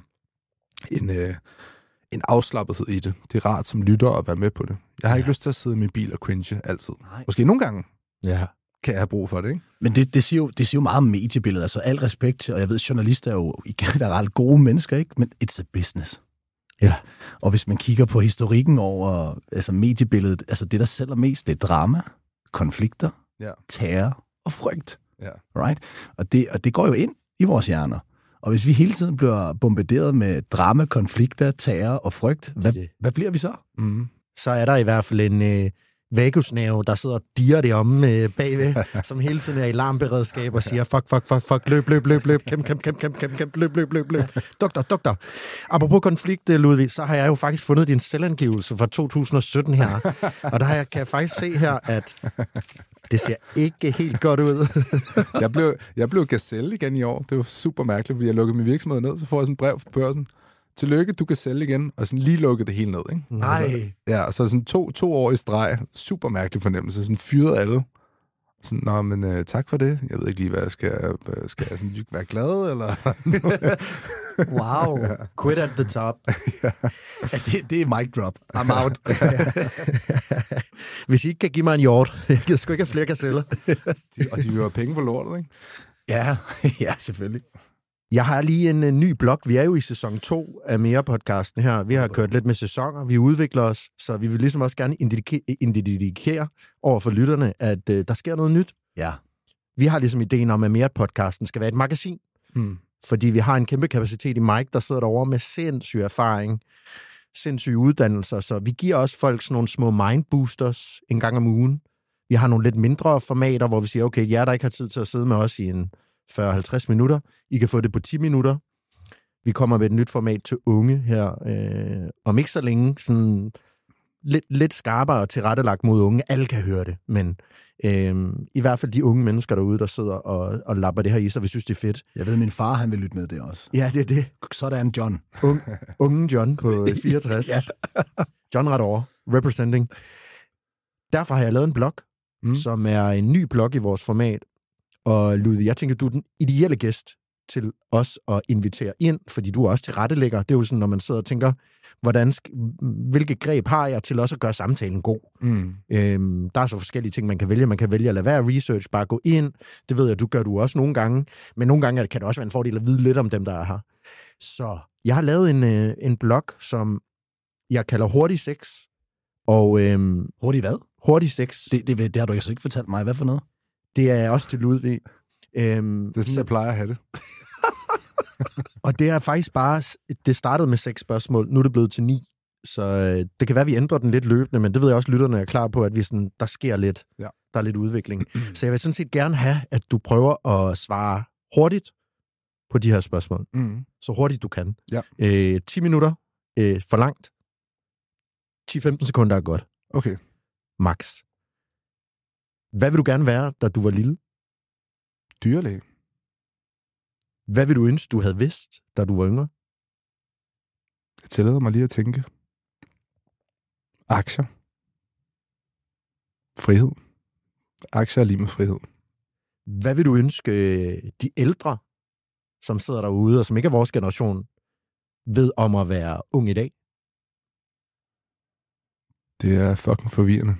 en, øh, en afslappethed i det. Det er rart som lytter at være med på det. Jeg har ikke ja. lyst til at sidde i min bil og cringe altid. Nej. Måske nogle gange. Ja. Kan jeg have brug for det, ikke? Men det, det, siger jo, det siger jo meget om mediebilledet. Altså al respekt til, og jeg ved, journalister er jo i generelt gode mennesker, ikke? Men it's a business. Ja. Og hvis man kigger på historikken over altså mediebilledet, altså det, der sælger mest, det er drama, konflikter, Ja. terror og frygt. Ja. Right? Og det, og det går jo ind i vores hjerner. Og hvis vi hele tiden bliver bombarderet med drama, konflikter, terror og frygt, hvad, Det. hvad bliver vi så? Mm. Så er der i hvert fald en øh, vagusnerve, der sidder og dirrer det om øh, bagved, som hele tiden er i alarmberedskab og siger, fuck, fuck, fuck, fuck, løb, løb, løb, løb, kæmp, kæmp, kæmp, kæmp, kæmp, kæmp, løb, løb, løb, løb, doktor, doktor. Apropos konflikt, Ludvig, så har jeg jo faktisk fundet din selvangivelse fra to tusind og sytten her, og der kan jeg faktisk se her, at det ser ikke helt godt ud. jeg, blev, jeg blev gazelle igen i år. Det var super mærkeligt, fordi jeg lukkede min virksomhed ned, så får jeg sådan et brev fra børsen. Tillykke, du kan sælge igen, og sådan lige lukkede det hele ned, ikke? Nej. Altså, ja, og så sådan to, to år i streg, super mærkelig fornemmelse, sådan fyrede alle. Sådan, nå, men øh, tak for det. Jeg ved ikke lige, hvad jeg skal, øh, skal jeg sådan være glad, eller? Wow. Quit at the top. Ja, det, det er mic drop. I'm out. Hvis I ikke kan give mig en hjort, jeg gider sgu ikke have flere gazeller. de, og de vil jo have penge på lortet, ikke? Ja, ja, selvfølgelig. Jeg har lige en, en ny blog. Vi er jo i sæson to af Mere-podcasten her. Vi har kørt lidt med sæsoner. Vi udvikler os, så vi vil ligesom også gerne indikere, indikere over for lytterne, at uh, der sker noget nyt. Ja. Vi har ligesom ideen om, at Mere-podcasten skal være et magasin. Mm. Fordi vi har en kæmpe kapacitet i Mike, der sidder derovre med sindssyg erfaring, sindssyge uddannelser. Så vi giver også folk sådan nogle små mindboosters en gang om ugen. Vi har nogle lidt mindre formater, hvor vi siger, okay, jer der ikke har tid til at sidde med os i en fyrre til halvtreds minutter. I kan få det på ti minutter. Vi kommer med et nyt format til unge her. Øh, om ikke så længe. Sådan lidt, lidt skarpere tilrettelagt mod unge. Alle kan høre det. Men øh, i hvert fald de unge mennesker derude, der sidder og, og lapper det her i sig. Vi synes, det er fedt. Jeg ved, min far, han vil lytte med det også. Ja, det er det. Sådan John. Unge, unge John på fireogtres. Ja. John ret over. Representing. Derfor har jeg lavet en blog, mm. som er en ny blog i vores format. Og Ludvig, jeg tænker, du er den ideelle gæst til os at invitere ind, fordi du er også tilrettelægger. Det er jo sådan, når man sidder og tænker, hvordan, hvilke greb har jeg til også at gøre samtalen god? Mm. Øhm, der er så forskellige ting, man kan vælge. Man kan vælge at lade være research, bare gå ind. Det ved jeg, du gør du også nogle gange. Men nogle gange kan det også være en fordel at vide lidt om dem, der er her. Så jeg har lavet en, øh, en blog, som jeg kalder Hurtig Sex. Og, øhm, Hurtig hvad? Hurtig Sex. Det, det, det har du altså ikke fortalt mig. Hvad for noget? Det er også til Ludvig. Øhm, Det er sådan, jeg plejer at have det. og det er faktisk bare... Det startede med seks spørgsmål, nu er det blevet til ni. Så øh, det kan være, at vi ændrer den lidt løbende, men det ved jeg også, lytterne er klar på, at vi sådan, der sker lidt. Ja. Der er lidt udvikling. Så jeg vil sådan set gerne have, at du prøver at svare hurtigt på de her spørgsmål. Mm. Så hurtigt du kan. Ja. Øh, ti minutter øh, for langt. ti til femten sekunder er godt. Okay. Max. Hvad vil du gerne være, da du var lille? Dyrlæge. Hvad vil du ønske, du havde vidst, da du var yngre? Jeg tillader mig lige at tænke. Aktier. Frihed. Aktier er lige med frihed. Hvad vil du ønske de ældre, som sidder derude, og som ikke er vores generation, ved om at være ung i dag? Det er fucking forvirrende.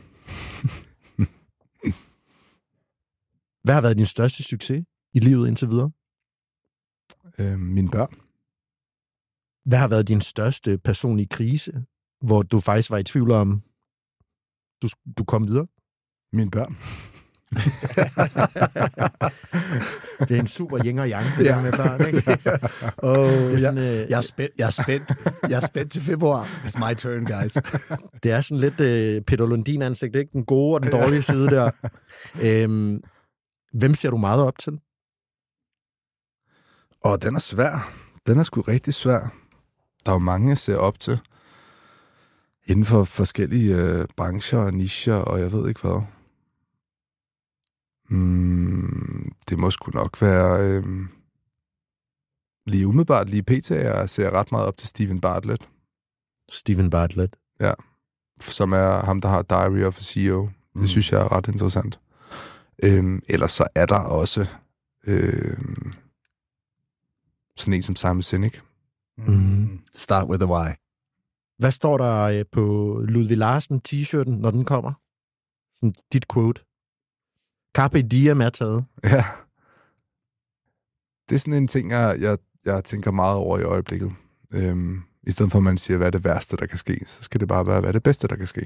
Hvad har været din største succes i livet indtil videre? Øh, mine børn. Hvad har været din største personlige krise, hvor du faktisk var i tvivl om, du, du kom videre? Mine børn. Det er en super yin og yang, det ja. Der med børn, ikke? Oh, det er sådan, jeg, øh, jeg, er spændt, jeg er spændt. Jeg er spændt til februar. It's my turn, guys. Det er sådan lidt øh, Peter Lundin-ansigt, ikke? Den gode og den dårlige side der. Øhm, hvem ser du meget op til? Og den er svær. Den er sgu rigtig svær. Der er jo mange, jeg ser op til. Inden for forskellige øh, brancher og nicher, og jeg ved ikke hvad. Mm, det må sgu nok være... Øh, lige umiddelbart, lige pt. Jeg ser ret meget op til Steven Bartlett. Steven Bartlett. Ja. Som er ham, der har Diary of a C E O. Det mm. synes jeg er ret interessant. Øhm, ellers så er der også... Øh, sådan en som Simon Sinek. Mm. Start with the why. Hvad står der på Ludvig Larsen t-shirten, når den kommer? Sådan dit quote. Carpe diem er taget. Ja. Det er sådan en ting, jeg, jeg, jeg tænker meget over i øjeblikket. Øhm, I stedet for, at man siger, hvad er det værste, der kan ske, så skal det bare være, hvad er det bedste, der kan ske.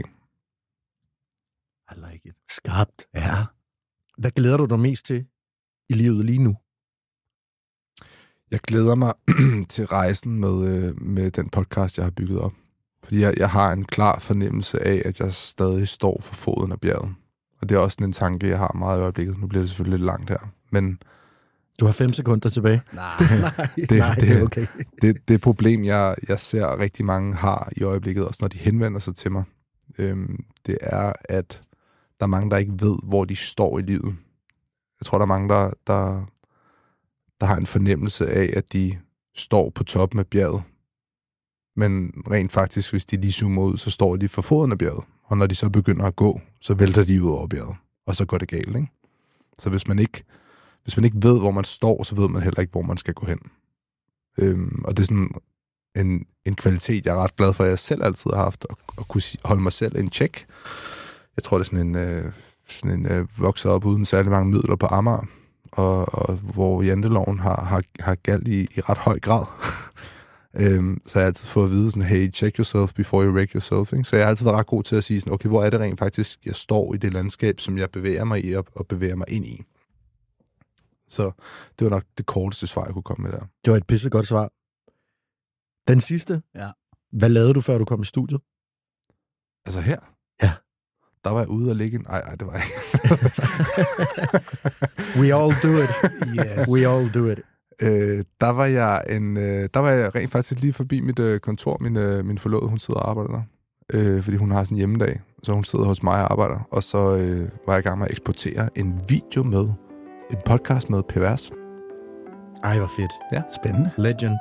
I like it. Skarpt. Ja. Hvad glæder du dig mest til i livet lige nu? Jeg glæder mig til rejsen med, øh, med den podcast, jeg har bygget op. Fordi jeg, jeg har en klar fornemmelse af, at jeg stadig står for foden af bjerget. Og det er også en tanke, jeg har meget i øjeblikket. Nu bliver det selvfølgelig lidt langt her. Men du har fem sekunder tilbage. Nej, nej, det, nej, det, det er okay. Det, det problem, jeg, jeg ser rigtig mange har i øjeblikket, også når de henvender sig til mig, øhm, det er, at der er mange, der ikke ved, hvor de står i livet. Jeg tror, der er mange, der, der, der har en fornemmelse af, at de står på toppen af bjerget. Men rent faktisk, hvis de lige zoomer ud, så står de for foden af bjerget. Og når de så begynder at gå, så vælter de ud over bjerget. Og så går det galt, ikke? Så hvis man ikke, hvis man ikke ved, hvor man står, så ved man heller ikke, hvor man skal gå hen. Øhm, og det er sådan en, en kvalitet, jeg er ret glad for, at jeg selv altid har haft, at, at kunne holde mig selv en check. Jeg tror, det er sådan en, øh, sådan en øh, vokset op uden særlig mange midler på Amager, og, og hvor janteloven har, har, har galt i, i ret høj grad. øhm, så jeg har altid fået at vide sådan, hey, check yourself before you wreck yourself. Ikke? Så jeg har altid været ret god til at sige sådan, okay, hvor er det rent faktisk, jeg står i det landskab, som jeg bevæger mig i og, og bevæger mig ind i. Så det var nok det korteste svar, jeg kunne komme med der. Det var et pissegodt svar. Den sidste. Ja. Hvad lavede du, før du kom i studiet? Altså her? Ja. Der var jeg ude og ligge en... Ej, ej, det var jeg We all do it. Yes. We all do it. Øh, der var jeg en... Øh, der var jeg rent faktisk lige forbi mit øh, kontor. Min, øh, min forlovede, hun sidder og arbejder der. Øh, fordi hun har sådan en hjemmedag. Så hun sidder hos mig og arbejder. Og så øh, var jeg i gang med at eksportere en video med... En podcast med Pervers. Ej, hvor fedt. Ja. Spændende. Legend.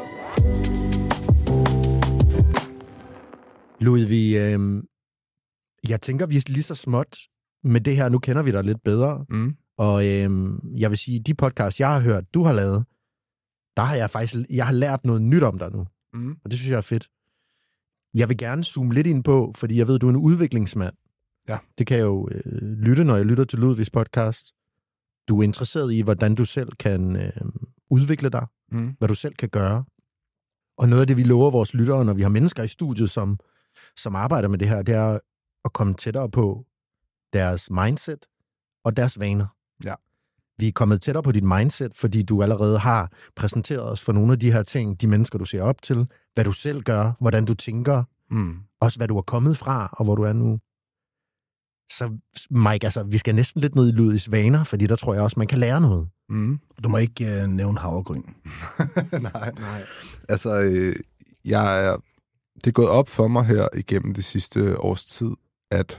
Ludvig, øh, jeg tænker, vi er lige så småt med det her. Nu kender vi dig lidt bedre. Mm. Og øh, jeg vil sige, de podcasts, jeg har hørt, du har lavet, der har jeg faktisk jeg har lært noget nyt om dig nu. Mm. Og det synes jeg er fedt. Jeg vil gerne zoome lidt ind på, fordi jeg ved, du er en udviklingsmand. Ja. Det kan jeg jo øh, lytte, når jeg lytter til Ludvigs podcast. Du er interesseret i, hvordan du selv kan øh, udvikle dig, mm. hvad du selv kan gøre. Og noget af det, vi lover vores lyttere, når vi har mennesker i studiet, som, som arbejder med det her, det er at komme tættere på deres mindset og deres vaner. Ja. vi er kommet tættere på dit mindset, fordi du allerede har præsenteret os for nogle af de her ting, de mennesker, du ser op til, hvad du selv gør, hvordan du tænker, Mm. også hvad du er kommet fra, og hvor du er nu. Så Mike, altså, vi skal næsten lidt ned i Ludvigs vaner, fordi der tror jeg også, man kan lære noget. Mm. Du må ikke uh, nævne havregryn. nej, nej. Altså, øh, jeg er, det er gået op for mig her igennem det sidste års tid, at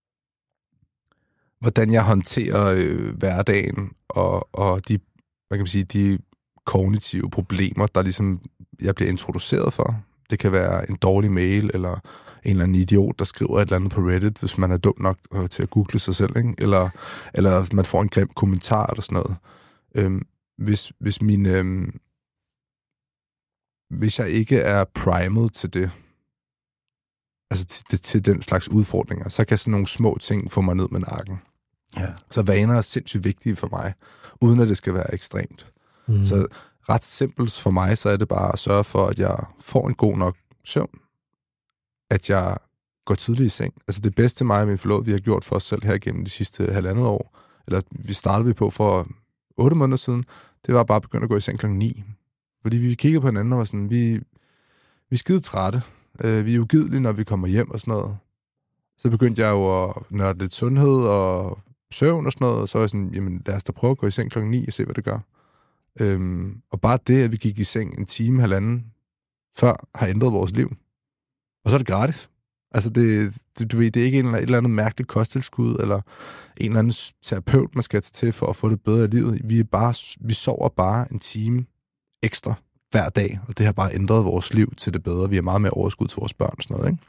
hvordan jeg håndterer øh, hverdagen og, og de, hvad kan man sige, de kognitive problemer, der ligesom jeg bliver introduceret for. Det kan være en dårlig mail, eller en eller anden idiot, der skriver et eller andet på Reddit, hvis man er dum nok øh, til at google sig selv, ikke? Eller, eller man får en grim kommentar eller sådan noget. Øhm, hvis, hvis, min, øhm, hvis jeg ikke er primed til det, altså til, til den slags udfordringer, så kan sådan nogle små ting få mig ned med nakken. Ja. Så vaner er sindssygt vigtige for mig, uden at det skal være ekstremt. Mm. Så ret simpelt for mig, så er det bare at sørge for, at jeg får en god nok søvn. At jeg går tidligt i seng. Altså det bedste mig og min forlovede, vi har gjort for os selv her igennem de sidste halvandet år, eller vi startede vi på for otte måneder siden, det var bare at begynde at gå i seng klokken ni. Fordi vi kiggede på hinanden og var sådan, vi, vi er skide trætte. Øh, vi er ugidelige, når vi kommer hjem og sådan noget. Så begyndte jeg jo at nørde lidt sundhed og søvn og sådan noget, og så var jeg sådan, jamen lad os da prøve at gå i seng klokken ni og se, hvad det gør. Øhm, og bare det, at vi gik i seng en time, halvanden før, har ændret vores liv. Og så er det gratis. Altså, det, det, du ved, det er ikke en eller, et eller andet mærkeligt kosttilskud, eller en eller anden terapeut, man skal tage til for at få det bedre i livet. Vi, er bare, vi sover bare en time ekstra hver dag, og det har bare ændret vores liv til det bedre. Vi har meget mere overskud til vores børn og sådan noget, ikke?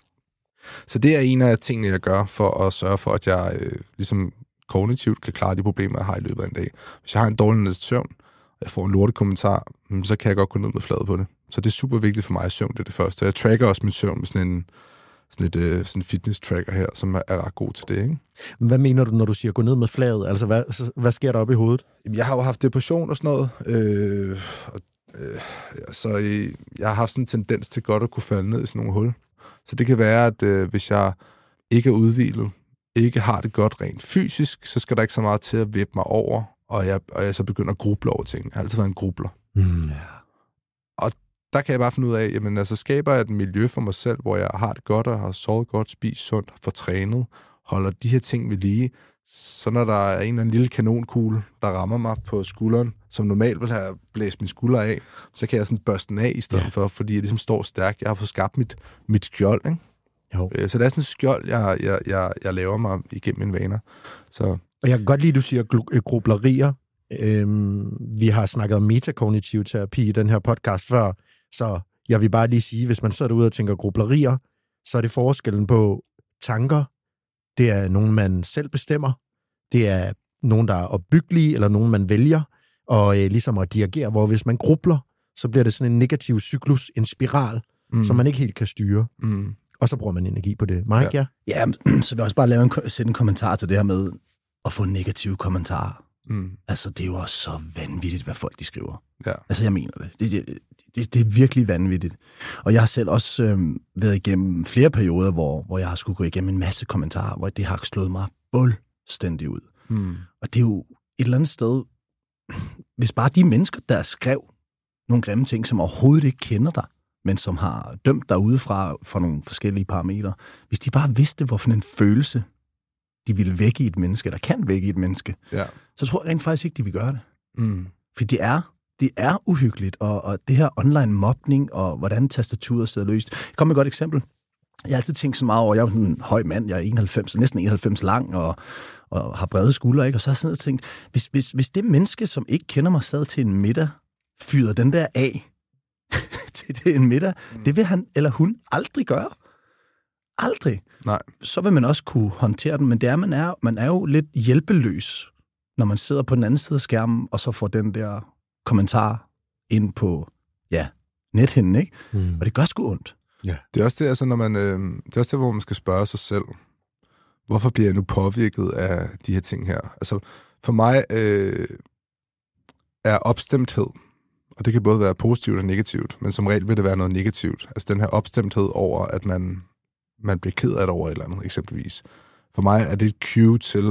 Så det er en af tingene, jeg gør for at sørge for, at jeg øh, ligesom kognitivt kan klare de problemer, jeg har i løbet af en dag. Hvis jeg har en dårlig nat søvn, og jeg får en lortet kommentar, så kan jeg godt gå ned med fladet på det. Så det er super vigtigt for mig at søvn, det er det første. Jeg tracker også min søvn med sådan en, sådan et, øh, sådan en fitness-tracker her, som er, er ret god til det, ikke? Hvad mener du, når du siger gå ned med flaget? Altså, hvad, hvad sker der op i hovedet? Jeg har jo haft depression og sådan noget, øh, og, øh, så øh, jeg har haft sådan en tendens til godt at kunne falde ned i sådan nogle hul. Så det kan være, at øh, hvis jeg ikke er udhvilet, ikke har det godt rent fysisk, så skal der ikke så meget til at vippe mig over, og jeg, og jeg så begynder at gruble over ting. Jeg har altid været en grubler. Mm. Ja. Og der kan jeg bare finde ud af, jamen altså skaber jeg et miljø for mig selv, hvor jeg har det godt og har sovet godt, spist sundt, får trænet, holder de her ting ved lige, så når der er en eller anden lille kanonkugle, der rammer mig på skulderen, som normalt vil have blæst min skulder af, så kan jeg sådan børste den af i stedet ja. for, fordi jeg ligesom står stærkt. Jeg har fået skabt mit, mit skjold, ikke? Jo. Så det er sådan et skjold, jeg, jeg, jeg, jeg laver mig igennem mine vaner. Så. Og jeg kan godt lide, at du siger gl- grublerier. Øhm, vi har snakket om metakognitiv terapi i den her podcast før, så jeg vil bare lige sige, hvis man sidder derude og tænker grublerier, så er det forskellen på tanker. Det er nogen, man selv bestemmer. Det er nogen, der er opbyggelige, eller nogen, man vælger, og øh, ligesom at dirigere, hvor hvis man grubler, så bliver det sådan en negativ cyklus, en spiral, mm. som man ikke helt kan styre. Mm. Og så bruger man energi på det. Mike, ja? Ja, ja så vil jeg også bare lave en, sætte en kommentar til det her med at få negative kommentarer. Mm. Altså, det er jo også så vanvittigt, hvad folk de skriver. Ja. Altså, jeg mener det. Det, det, det. det er virkelig vanvittigt. Og jeg har selv også øh, været igennem flere perioder, hvor, hvor jeg har skulle gå igennem en masse kommentarer, hvor det har slået mig fuldstændig ud. Mm. Og det er jo et eller andet sted, hvis bare de mennesker, der skrev nogle grimme ting, som overhovedet ikke kender dig, men som har dømt dig udefra for nogle forskellige parametre, hvis de bare vidste, hvorfor en følelse de ville vække i et menneske, eller kan vække i et menneske, ja. så tror jeg rent faktisk ikke, de vil gøre det. Mm. For det er, det er uhyggeligt, og, og det her online mobning, og hvordan tastaturet sidder løst. Jeg kommer med et godt eksempel. Jeg har altid tænkt så meget over, jeg er en høj mand, jeg er enoghalvfems, næsten enoghalvfems lang, og, og har brede skuldre, ikke? Og så har jeg sådan tænkt, hvis, hvis, hvis det menneske, som ikke kender mig, sad til en middag, fyrede den der af til, til en middag, mm. det vil han eller hun aldrig gøre. Aldrig. Nej. Så vil man også kunne håndtere den, men det er, man er, man er jo lidt hjælpeløs, når man sidder på den anden side af skærmen, og så får den der kommentar ind på, ja, nethinden, ikke? Mm. Og det gør sgu ondt. Ja. Det er også det, altså, når man, øh, det er også det, hvor man skal spørge sig selv, hvorfor bliver jeg nu påvirket af de her ting her? Altså, for mig øh, er opstemthed, og det kan både være positivt og negativt, men som regel vil det være noget negativt. Altså den her opstemthed over, at man, man bliver ked af det over et eller andet, eksempelvis. For mig er det et cue til,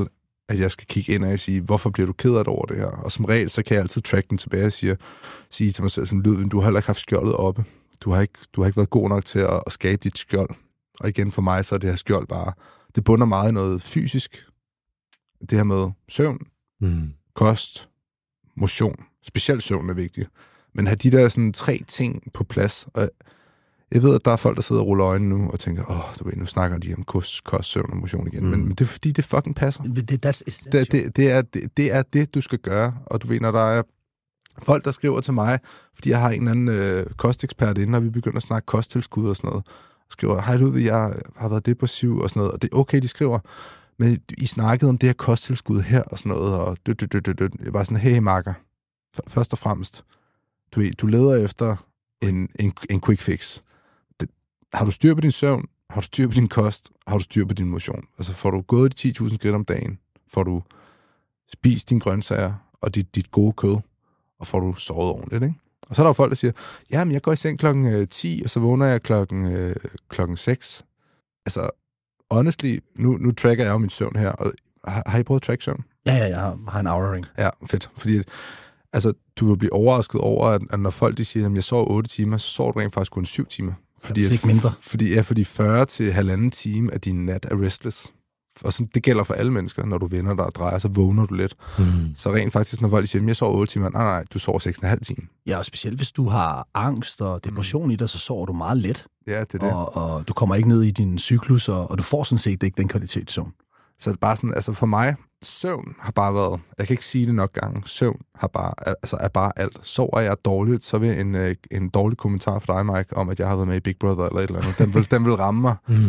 at jeg skal kigge ind og sige, hvorfor bliver du ked af det over det her? Og som regel, så kan jeg altid track den tilbage og sige, sige til mig selv, sådan, Ludvig, du har heller ikke haft skjoldet oppe. Du har ikke, du har ikke været god nok til at, at skabe dit skjold. Og igen for mig, så er det her skjold bare, det bunder meget i noget fysisk. Det her med søvn, mm. kost, motion. Specielt søvn er vigtigt. Men have de der sådan tre ting på plads. Og jeg ved, at der er folk, der sidder og ruller øjnene nu og tænker, åh, oh, du ved, nu snakker de om kost, kost søvn og motion igen. Mm. Men, men det er fordi, det fucking passer. Det, det, det, det, det, er, det, det er det, du skal gøre. Og du ved, når der er folk, der skriver til mig, fordi jeg har en eller anden øh, kostekspert inde, og vi begynder at snakke kosttilskud og sådan noget, og skriver, hej Ludvig, jeg har været depressiv og sådan noget, og det er okay, de skriver, men I snakkede om det her kosttilskud her og sådan noget, og død, død, død, død. Jeg var sådan, hey makker, først og fremmest, du ved, du leder efter en, en, en quick fix. Det, har du styr på din søvn? Har du styr på din kost? Har du styr på din motion? Altså får du gået de ti tusind skridt om dagen? Får du spist dine grøntsager og dit, dit gode kød? Og får du sovet ordentligt, ikke? Og så er der jo folk, der siger, ja, men jeg går i seng klokken ti, og så vågner jeg klokken, øh, klokken seks. Altså, honestly, nu, nu tracker jeg jo min søvn her, og har, har I prøvet at track søvn? Ja, ja, jeg har, har en Oura Ring. Ja, fedt. Fordi, altså, du vil blive overrasket over, at, at når folk de siger, at jeg sover otte timer, så sover du rent faktisk kun syv timer. Fordi, det er ikke mindre. Fordi, ja, fordi fyrre til halvanden time af din nat er restless. Og sådan, det gælder for alle mennesker. Når du vender dig og drejer, så vågner du lidt. Mm. Så rent faktisk, når folk siger, at jeg sover otte timer, nej, nej, du sover seks og en halv time. Ja, og specielt hvis du har angst og depression mm. i dig, så sover du meget let. Ja, det er det. Og, og du kommer ikke ned i din cyklus, og, og du får sådan set ikke den kvalitetssøvn. Så det er bare sådan, altså for mig, søvn har bare været, jeg kan ikke sige det nok gange, søvn har bare, altså er bare alt. Sover jeg dårligt, så vil en, en dårlig kommentar fra dig, Mike, om at jeg har været med i Big Brother eller et eller andet, den vil, den vil ramme mig. Mm.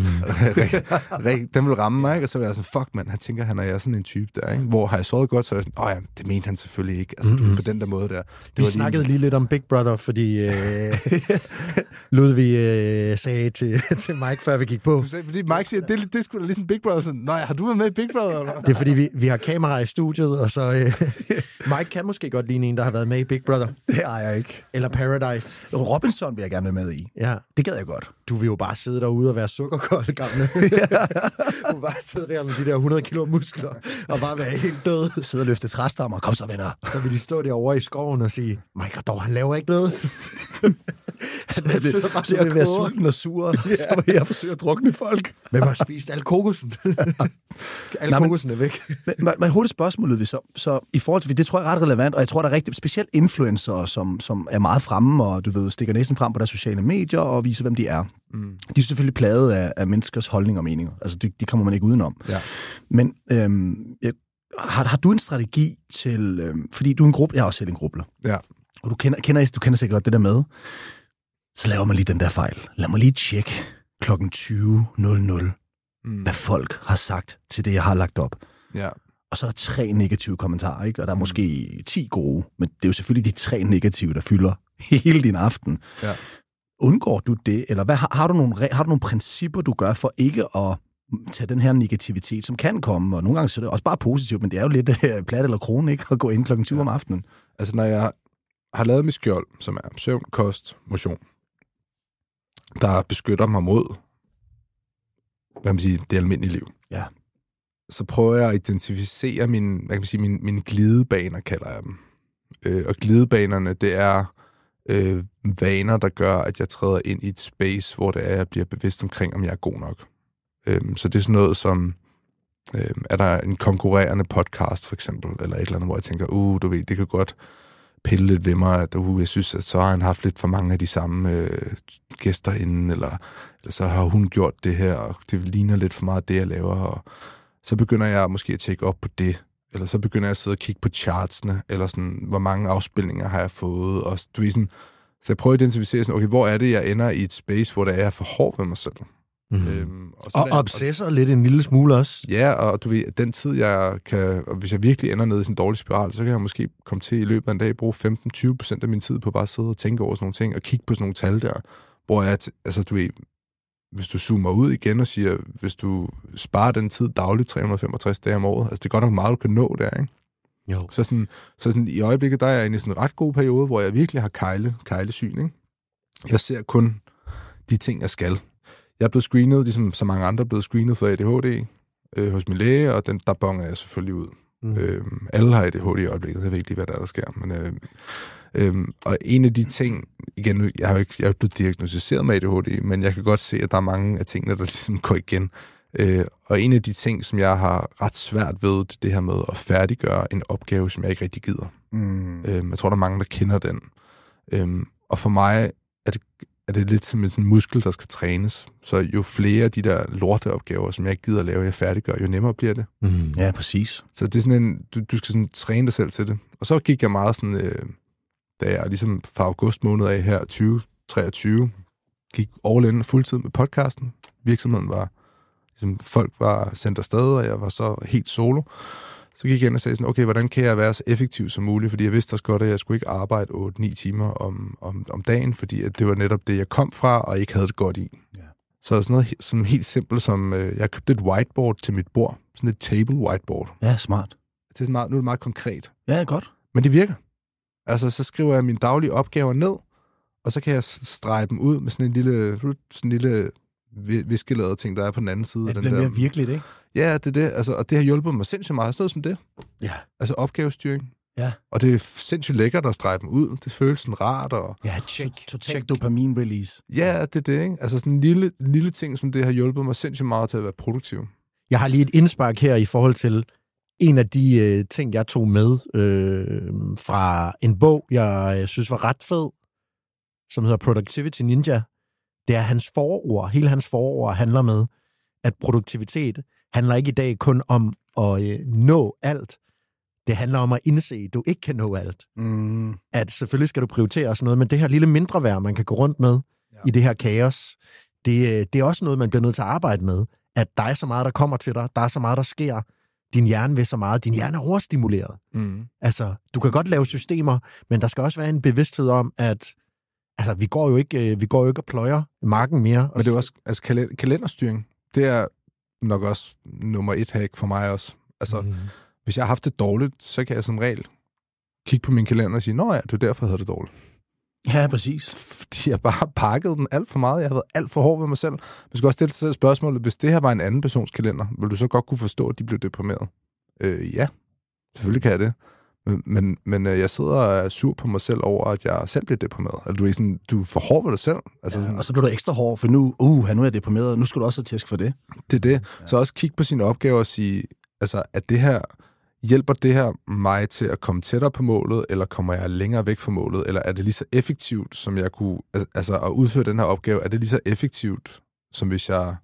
Den vil ramme mig, ikke? Og så vil jeg sådan, fuck mand, han tænker, han er jeg sådan en type der, ikke? Hvor har jeg sovet godt, så er jeg sådan, åh ja, det mente han selvfølgelig ikke. Altså mm-hmm. på den der måde der. Det Vi var snakkede lige... lige lidt om Big Brother, fordi øh, Ludvig øh, sagde til, til Mike, før vi gik på. Sagde, fordi Mike siger, det, det er sgu da ligesom Big Brother. Sådan, nej, har du været med i Big Brother? Eller? Det er fordi, vi, vi har kamera i studiet, og så... Øh, Mike kan måske godt ligne en, der har været med i Big Brother. Det er jeg ikke. Eller Paradise. Robinson vil jeg gerne være med i. Ja. Det gad jeg godt. Du vil jo bare sidde derude og være sukkerkold, gamle. Du vil bare sidde der med de der hundrede kilo muskler, og bare være helt død. Sidde og løfte træstammer. Kom så, venner. Så vil de stå derovre i skoven og sige, Mike, dog, han laver ikke noget. Så det, det, bare så vil være sulten og sur, ja. Så vil jeg forsøge at drukne folk. Hvem har spist al kokosen? Al Nej, kokosen er væk. Men, men hurtigt spørgsmål, vi så, så i forhold til, det tror jeg er ret relevant, og jeg tror, der er rigtig specielt influencer, som, som er meget fremme, og du ved, stikker næsen frem på deres sociale medier, og viser, hvem de er. Mm. De er selvfølgelig plaget af, af menneskers holdninger og meninger. Altså, de, de kommer man ikke udenom. Ja. Men øhm, jeg, har, har du en strategi til, øhm, fordi du er en gruppe, jeg er også selv en gruppe, ja. Og du kender, kender, du kender sikkert godt det der med, så laver man lige den der fejl. Lad mig lige tjekke klokken tyve nul nul, mm. hvad folk har sagt til det, jeg har lagt op. Ja. Og så er der tre negative kommentarer, ikke? Og der er mm. måske ti gode, men det er jo selvfølgelig de tre negative, der fylder hele din aften. Ja. Undgår du det, eller hvad, har, har, du nogle, har du nogle principper, du gør for ikke at tage den her negativitet, som kan komme, og nogle gange så er det også bare positivt, men det er jo lidt uh, plat eller krone, ikke? At gå ind klokken tyve ja. om aftenen. Altså, når jeg har lavet mit skjold, som er søvn, kost, motion, der beskytter mig mod, hvad man siger, det almindelige liv. Ja. Så prøver jeg at identificere mine, hvad kan man sige, mine, mine glidebaner, kalder jeg dem. Øh, og glidebanerne, det er øh, vaner, der gør, at jeg træder ind i et space, hvor det er, jeg bliver bevidst omkring, om jeg er god nok. Øh, så det er sådan noget som, øh, er der en konkurrerende podcast, for eksempel, eller et eller andet, hvor jeg tænker, uh, du ved, det kan godt pille lidt ved mig, at uh, jeg synes, at så har han haft lidt for mange af de samme øh, gæster inden, eller, eller så har hun gjort det her, og det ligner lidt for meget det, jeg laver, og så begynder jeg måske at tjekke op på det, eller så begynder jeg at sidde og kigge på chartsene, eller sådan, hvor mange afspilninger har jeg fået, og du ved sådan, så jeg prøver at identificere sådan, okay, hvor er det, jeg ender i et space, hvor det er, jeg er for hård ved mig selv. Mm. Øhm, og og der, obsesser og, lidt en lille smule også. Ja, og du ved, den tid, jeg kan, og hvis jeg virkelig ender ned i sådan en dårlig spiral, så kan jeg måske komme til i løbet af en dag bruge femten til tyve procent af min tid på bare at sidde og tænke over sådan nogle ting, og kigge på sådan nogle tal der, hvor jeg, altså du ved, hvis du zoomer ud igen og siger, hvis du sparer den tid dagligt tre hundrede og femogtres dage om året, altså det er godt nok meget, du kan nå der, ikke? Jo. Så, sådan, så sådan, i øjeblikket, der er jeg inde i sådan en ret god periode, hvor jeg virkelig har kejle, kejlesyn, ikke? Jeg ser kun de ting, jeg skal. Jeg er blevet screenet, ligesom så mange andre er blevet screenet for A D H D. øh, hos min læge, og den, der bonger jeg selvfølgelig ud. Mm. Øh, alle har A D H D i øjeblikket, jeg ved ikke lige, hvad der, er, der sker. Men, øh, øh, og en af de ting, igen, nu, jeg har jo ikke jeg er blevet diagnosticeret med A D H D, men jeg kan godt se, at der er mange af tingene, der ligesom går igen. Øh, og en af de ting, som jeg har ret svært ved, det er det her med at færdiggøre en opgave, som jeg ikke rigtig gider. Mm. Øh, jeg tror, der er mange, der kender den. Øh, og for mig er det, er det lidt som en muskel, der skal trænes. Så jo flere af de der lorteopgaver, som jeg ikke gider at lave, jeg færdiggør, jo nemmere bliver det. Mm. Ja, præcis. Så det er sådan en, du, du skal sådan træne dig selv til det. Og så gik jeg meget sådan, øh, da jeg ligesom fra august måned af her, tyve treogtyve, gik all in fuldtid med podcasten. Virksomheden var, ligesom, folk var sendt afsted, og jeg var så helt solo. Så gik jeg ind og sagde sådan, okay, hvordan kan jeg være så effektiv som muligt? Fordi jeg vidste også godt, at jeg skulle ikke arbejde otte ni timer om, om, om dagen, fordi at det var netop det, jeg kom fra, og ikke havde det godt i. Ja. Så sådan noget sådan helt simpelt som, øh, jeg købte et whiteboard til mit bord. Sådan et table whiteboard. Ja, smart. Det er meget, nu er det meget konkret. Ja, godt. Men det virker. Altså, så skriver jeg mine daglige opgaver ned, og så kan jeg strege dem ud med sådan en lille, sådan en lille viskelader ting, der er på den anden side. Ja, det den bliver der. mere virkeligt, ikke? Ja, det er det. Altså, og det har hjulpet mig sindssygt meget. Sådan noget som det. Ja. Altså opgavestyring. Ja. Og det er sindssygt lækkert at strege dem ud. Det føles sådan rart. Og ja, check. Total dopamin-release. Ja, det er det, ikke? Altså sådan en lille, lille ting, som det har hjulpet mig sindssygt meget til at være produktiv. Jeg har lige et indspark her i forhold til en af de øh, ting, jeg tog med øh, fra en bog, jeg, jeg synes var ret fed, som hedder Productivity Ninja. Det er hans forord. Hele hans forord handler med, at produktivitet handler ikke i dag kun om at øh, nå alt. Det handler om at indse, at du ikke kan nå alt. Mm. At selvfølgelig skal du prioritere og sådan noget, men det her lille mindre værd, man kan gå rundt med ja. i det her kaos, det, det er også noget, man bliver nødt til at arbejde med. At der er så meget, der kommer til dig. Der er så meget, der sker. Din hjerne vil så meget. Din hjerne er overstimuleret. Mm. Altså, du kan godt lave systemer, men der skal også være en bevidsthed om, at altså, vi går jo ikke, vi går jo ikke og pløjer marken mere. Men det er også, altså kalender, kalenderstyring, det er nok også nummer et hack for mig også. Altså, mm. hvis jeg har haft det dårligt, så kan jeg som regel kigge på min kalender og sige, nå ja, det er derfor, jeg havde det dårligt. Ja, præcis. Fordi jeg bare har pakket den alt for meget. Jeg har været alt for hård ved mig selv. Man skal også stille sig spørgsmålet, hvis det her var en anden persons kalender, ville du så godt kunne forstå, at de blev deprimeret? Øh, ja, selvfølgelig kan jeg det. Men, men, men jeg sidder og er sur på mig selv over, at jeg selv bliver deprimeret. Altså, du er sådan, du er for hård ved dig selv. Altså, ja, sådan, og så bliver du ekstra hård, for nu, uh, nu er jeg deprimeret, nu skal du også have tæsk for det. Det er det. Ja. Så også kigge på sine opgaver og sige, altså, at det her, hjælper det her mig til at komme tættere på målet, eller kommer jeg længere væk fra målet, eller er det lige så effektivt, som jeg kunne, altså at udføre den her opgave, er det lige så effektivt, som hvis jeg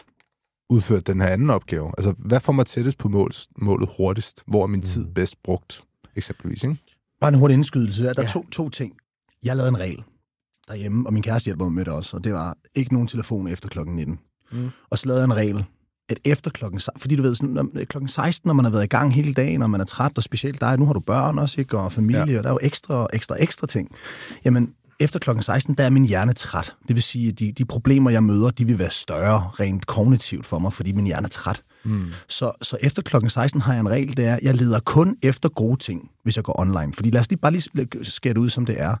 udførte den her anden opgave? Altså, hvad får mig tættest på målet, målet hurtigst? Hvor er min tid bedst brugt? Eksempelvis, ikke? Bare en hurtig indskydelse. Der er ja. to, to ting. Jeg lavede en regel derhjemme, og min kæreste hjælper mig med det også, og det var ikke nogen telefon efter klokken nitten. Mm. Og så lavede jeg en regel, at efter klokken, fordi du ved, sådan, klokken seksten, når man har været i gang hele dagen, og man er træt, og specielt dig, nu har du børn også, ikke, og familie, ja. og der er jo ekstra, ekstra, ekstra ting. Jamen, efter klokken seksten, der er min hjerne træt. Det vil sige, at de, de problemer, jeg møder, de vil være større rent kognitivt for mig, fordi min hjerne er træt. Mm. Så, så efter klokken seksten har jeg en regel, det er, jeg leder kun efter gode ting, hvis jeg går online. Fordi lad os lige bare lige skære det ud, som det er.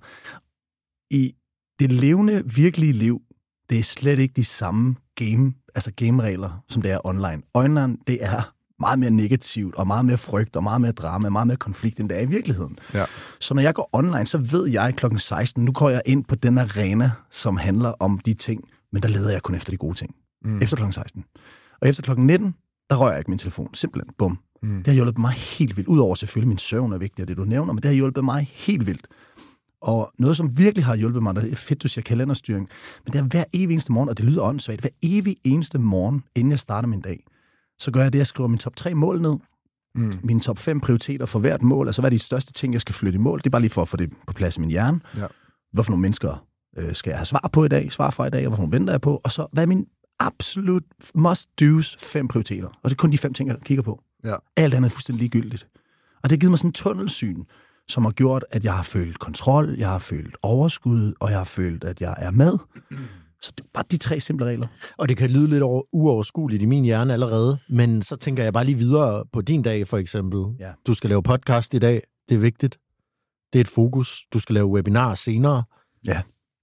I det levende, virkelige liv, det er slet ikke de samme game, altså game-regler, som det er online. Online, det er meget mere negativt, og meget mere frygt, og meget mere drama, meget mere konflikt, end det er i virkeligheden. Ja. Så når jeg går online, så ved jeg klokken seksten, nu går jeg ind på den arena, som handler om de ting, men der leder jeg kun efter de gode ting. Mm. Efter klokken seksten. Og efter klokken nitten, der rører jeg ikke min telefon. Simpelthen. Bum. Mm. Det har hjulpet mig helt vildt. Udover selvfølgelig min søvn er vigtig, det du nævner, men det har hjulpet mig helt vildt. Og noget, som virkelig har hjulpet mig, det er fedt, du siger kalenderstyring, men det er hver evig eneste morgen, og det lyder åndssvagt, hver evig eneste morgen, inden jeg starter min dag, så gør jeg det, jeg skriver mine top tre mål ned, mm. mine top fem prioriteter for hvert mål, altså hvad er de største ting, jeg skal flytte i mål, det er bare lige for at få det på plads i min hjerne. Ja. Hvorfor nogle mennesker øh, skal jeg have svar på i dag, svar fra i dag, og hvorfor nogle venter jeg på, og så hvad er min absolut must-do's fem prioriteter, og det er kun de fem ting, jeg kigger på. Ja. Alt andet er fuldstændig ligegyldigt. Og det har givet mig sådan en tunnelsyn, som har gjort, at jeg har følt kontrol, jeg har følt overskud, og jeg har følt, at jeg er med. Så det er bare de tre simple regler. Og det kan lyde lidt over, uoverskueligt i min hjerne allerede, men så tænker jeg bare lige videre på din dag, for eksempel. Ja. Du skal lave podcast i dag, det er vigtigt. Det er et fokus. Du skal lave webinar senere. Ja.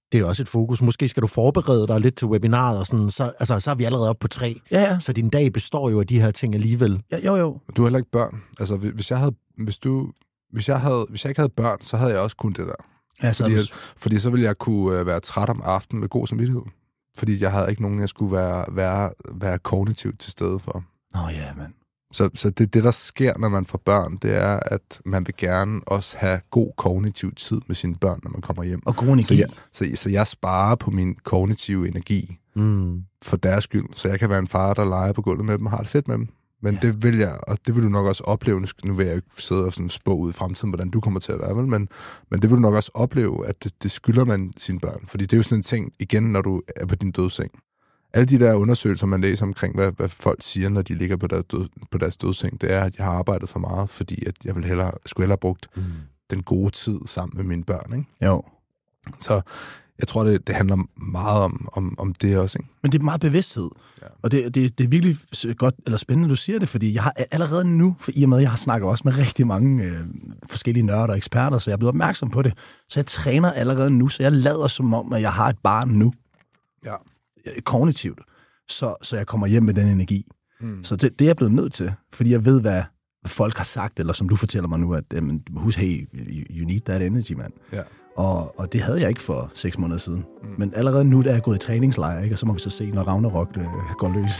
Det er også et fokus. Måske skal du forberede dig lidt til webinaret, og sådan, så, altså, så er vi allerede oppe på tre. Ja, ja. Så din dag består jo af de her ting alligevel. Ja, jo, jo. Du har heller ikke børn. Altså, hvis jeg havde, hvis du, hvis jeg havde, hvis jeg ikke havde børn, så havde jeg også kun det der. Ja, så fordi, du... jeg, fordi så ville jeg kunne være træt om aftenen med god samvittighed. Fordi jeg havde ikke nogen, jeg skulle være, være, være kognitivt til stede for. Nå ja, mand. Så, så det, det, der sker, når man får børn, det er, at man vil gerne også have god kognitiv tid med sine børn, når man kommer hjem. Og god energi. Så jeg, så, så jeg sparer på min kognitive energi mm. for deres skyld. Så jeg kan være en far, der leger på gulvet med dem og har det fedt med dem. Men ja. det vil jeg, og det vil du nok også opleve. Nu vil jeg ikke sidde og sådan spå ud i fremtiden, hvordan du kommer til at være, vel? Men, men det vil du nok også opleve, at det, det skylder man sine børn. Fordi det er jo sådan en ting, igen, når du er på din dødseng. Alle de der undersøgelser, man læser omkring, hvad, hvad folk siger, når de ligger på deres, død, på deres dødseng, det er, at jeg har arbejdet for meget, fordi at jeg vil hellere, skulle hellere have brugt mm. den gode tid sammen med mine børn. Ikke? Jo. Så jeg tror, det, det handler meget om, om, om det også. Ikke? Men det er meget bevidsthed. Ja. Og det, det, det er virkelig godt, eller spændende, du siger det, fordi jeg har allerede nu, for i og med, jeg har snakket også med rigtig mange øh, forskellige nørder og eksperter, så jeg er blevet opmærksom på det. Så jeg træner allerede nu, så jeg lader som om, at jeg har et barn nu. Ja. Kognitivt, så, så jeg kommer hjem med den energi. Mm. Så det, det er jeg blevet nødt til, fordi jeg ved, hvad folk har sagt, eller som du fortæller mig nu, at jamen, husk, hey, you need that energy, man. Ja. Og, og det havde jeg ikke for seks måneder siden. Mm. Men allerede nu, der er jeg gået i træningslejr, ikke? Og så må vi så se, når Ragnarok øh, går løs.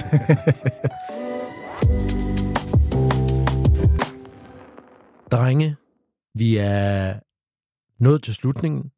Drenge, vi er nået til slutningen.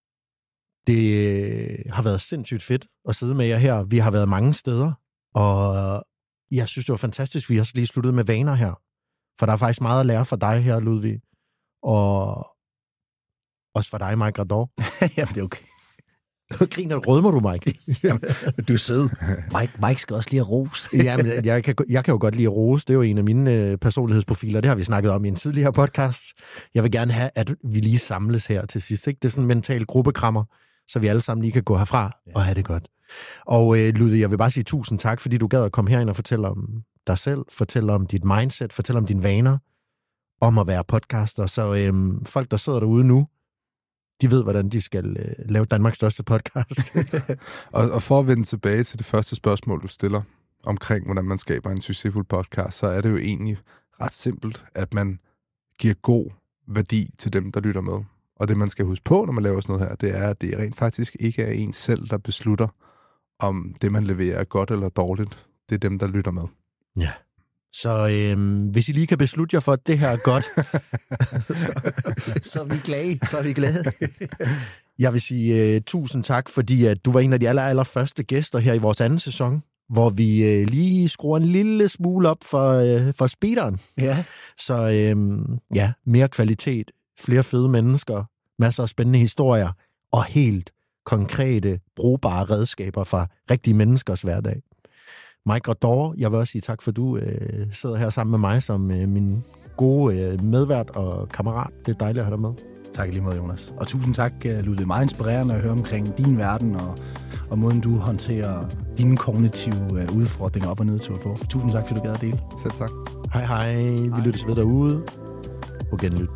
Det har været sindssygt fedt at sidde med jer her. Vi har været mange steder, og jeg synes, det var fantastisk, vi har lige sluttet med vaner her. For der er faktisk meget at lære fra dig her, Ludvig. Og også for dig, Mike Rador. Jamen, det er okay. Griner, rødmer du, Mike? Jamen, du er sød. Mike, Mike skal også lige have ros. Jamen, jeg kan, jeg kan jo godt lide at rose. Det er jo en af mine øh, personlighedsprofiler. Det har vi snakket om i en tidligere podcast. Jeg vil gerne have, at vi lige samles her til sidst. Ikke? Det er sådan en mental gruppekrammer, så vi alle sammen lige kan gå herfra ja. og have det godt. Og øh, Ludvig, jeg vil bare sige tusind tak, fordi du gad at komme herind og fortælle om dig selv, fortælle om dit mindset, fortælle om dine vaner, om at være podcaster. Så øh, folk, der sidder derude nu, de ved, hvordan de skal øh, lave Danmarks største podcast. og, og for at vende tilbage til det første spørgsmål, du stiller omkring, hvordan man skaber en succesfuld podcast, så er det jo egentlig ret simpelt, at man giver god værdi til dem, der lytter med. Og det, man skal huske på, når man laver sådan noget her, det er, at det rent faktisk ikke er en selv, der beslutter, om det, man leverer, er godt eller dårligt. Det er dem, der lytter med. Ja. Så øhm, hvis I lige kan beslutte jer for, at det her er godt, så, så er vi glade. Så er vi glade. Jeg vil sige uh, tusind tak, fordi uh, du var en af de aller, aller første gæster her i vores anden sæson, hvor vi uh, lige skruer en lille smule op for, uh, for speederen. Ja. Så um, ja, mere kvalitet, flere fede mennesker, masser af spændende historier og helt konkrete, brugbare redskaber fra rigtige menneskers hverdag. Mike Rador, jeg vil også sige tak, for du øh, sidder her sammen med mig som øh, min gode øh, medvært og kammerat. Det er dejligt at have dig med. Tak lige måde, Jonas. Og tusind tak, Ludvig. Det er meget inspirerende at høre omkring din verden og, og måden, du håndterer dine kognitive øh, udfordringer op- og nedtur på. Tusind tak, fordi du gad at dele. Selv tak. Hej hej. Vi hej. Lyttes ved derude. På genlyt.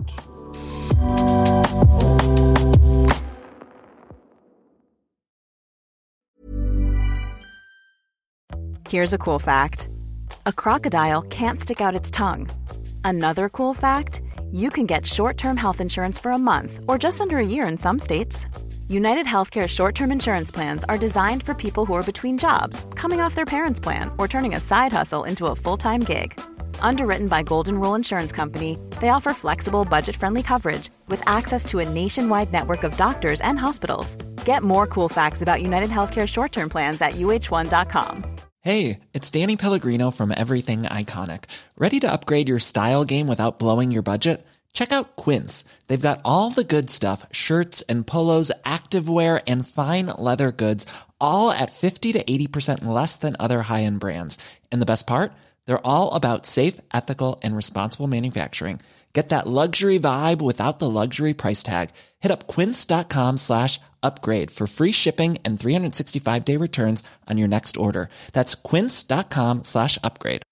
Here's a cool fact. A crocodile can't stick out its tongue. Another cool fact, you can get short-term health insurance for a month or just under a year in some states. United Healthcare short-term insurance plans are designed for people who are between jobs, coming off their parents' plan, or turning a side hustle into a full-time gig. Underwritten by Golden Rule Insurance Company, they offer flexible, budget-friendly coverage with access to a nationwide network of doctors and hospitals. Get more cool facts about United Healthcare short-term plans at U H one dot com. Hey, it's Danny Pellegrino from Everything Iconic. Ready to upgrade your style game without blowing your budget? Check out Quince. They've got all the good stuff, shirts and polos, activewear, and fine leather goods, all at fifty to eighty percent less than other high-end brands. And the best part? They're all about safe, ethical, and responsible manufacturing. Get that luxury vibe without the luxury price tag. Hit up quince.com slash upgrade for free shipping and three sixty-five day returns on your next order. That's quince.com slash upgrade.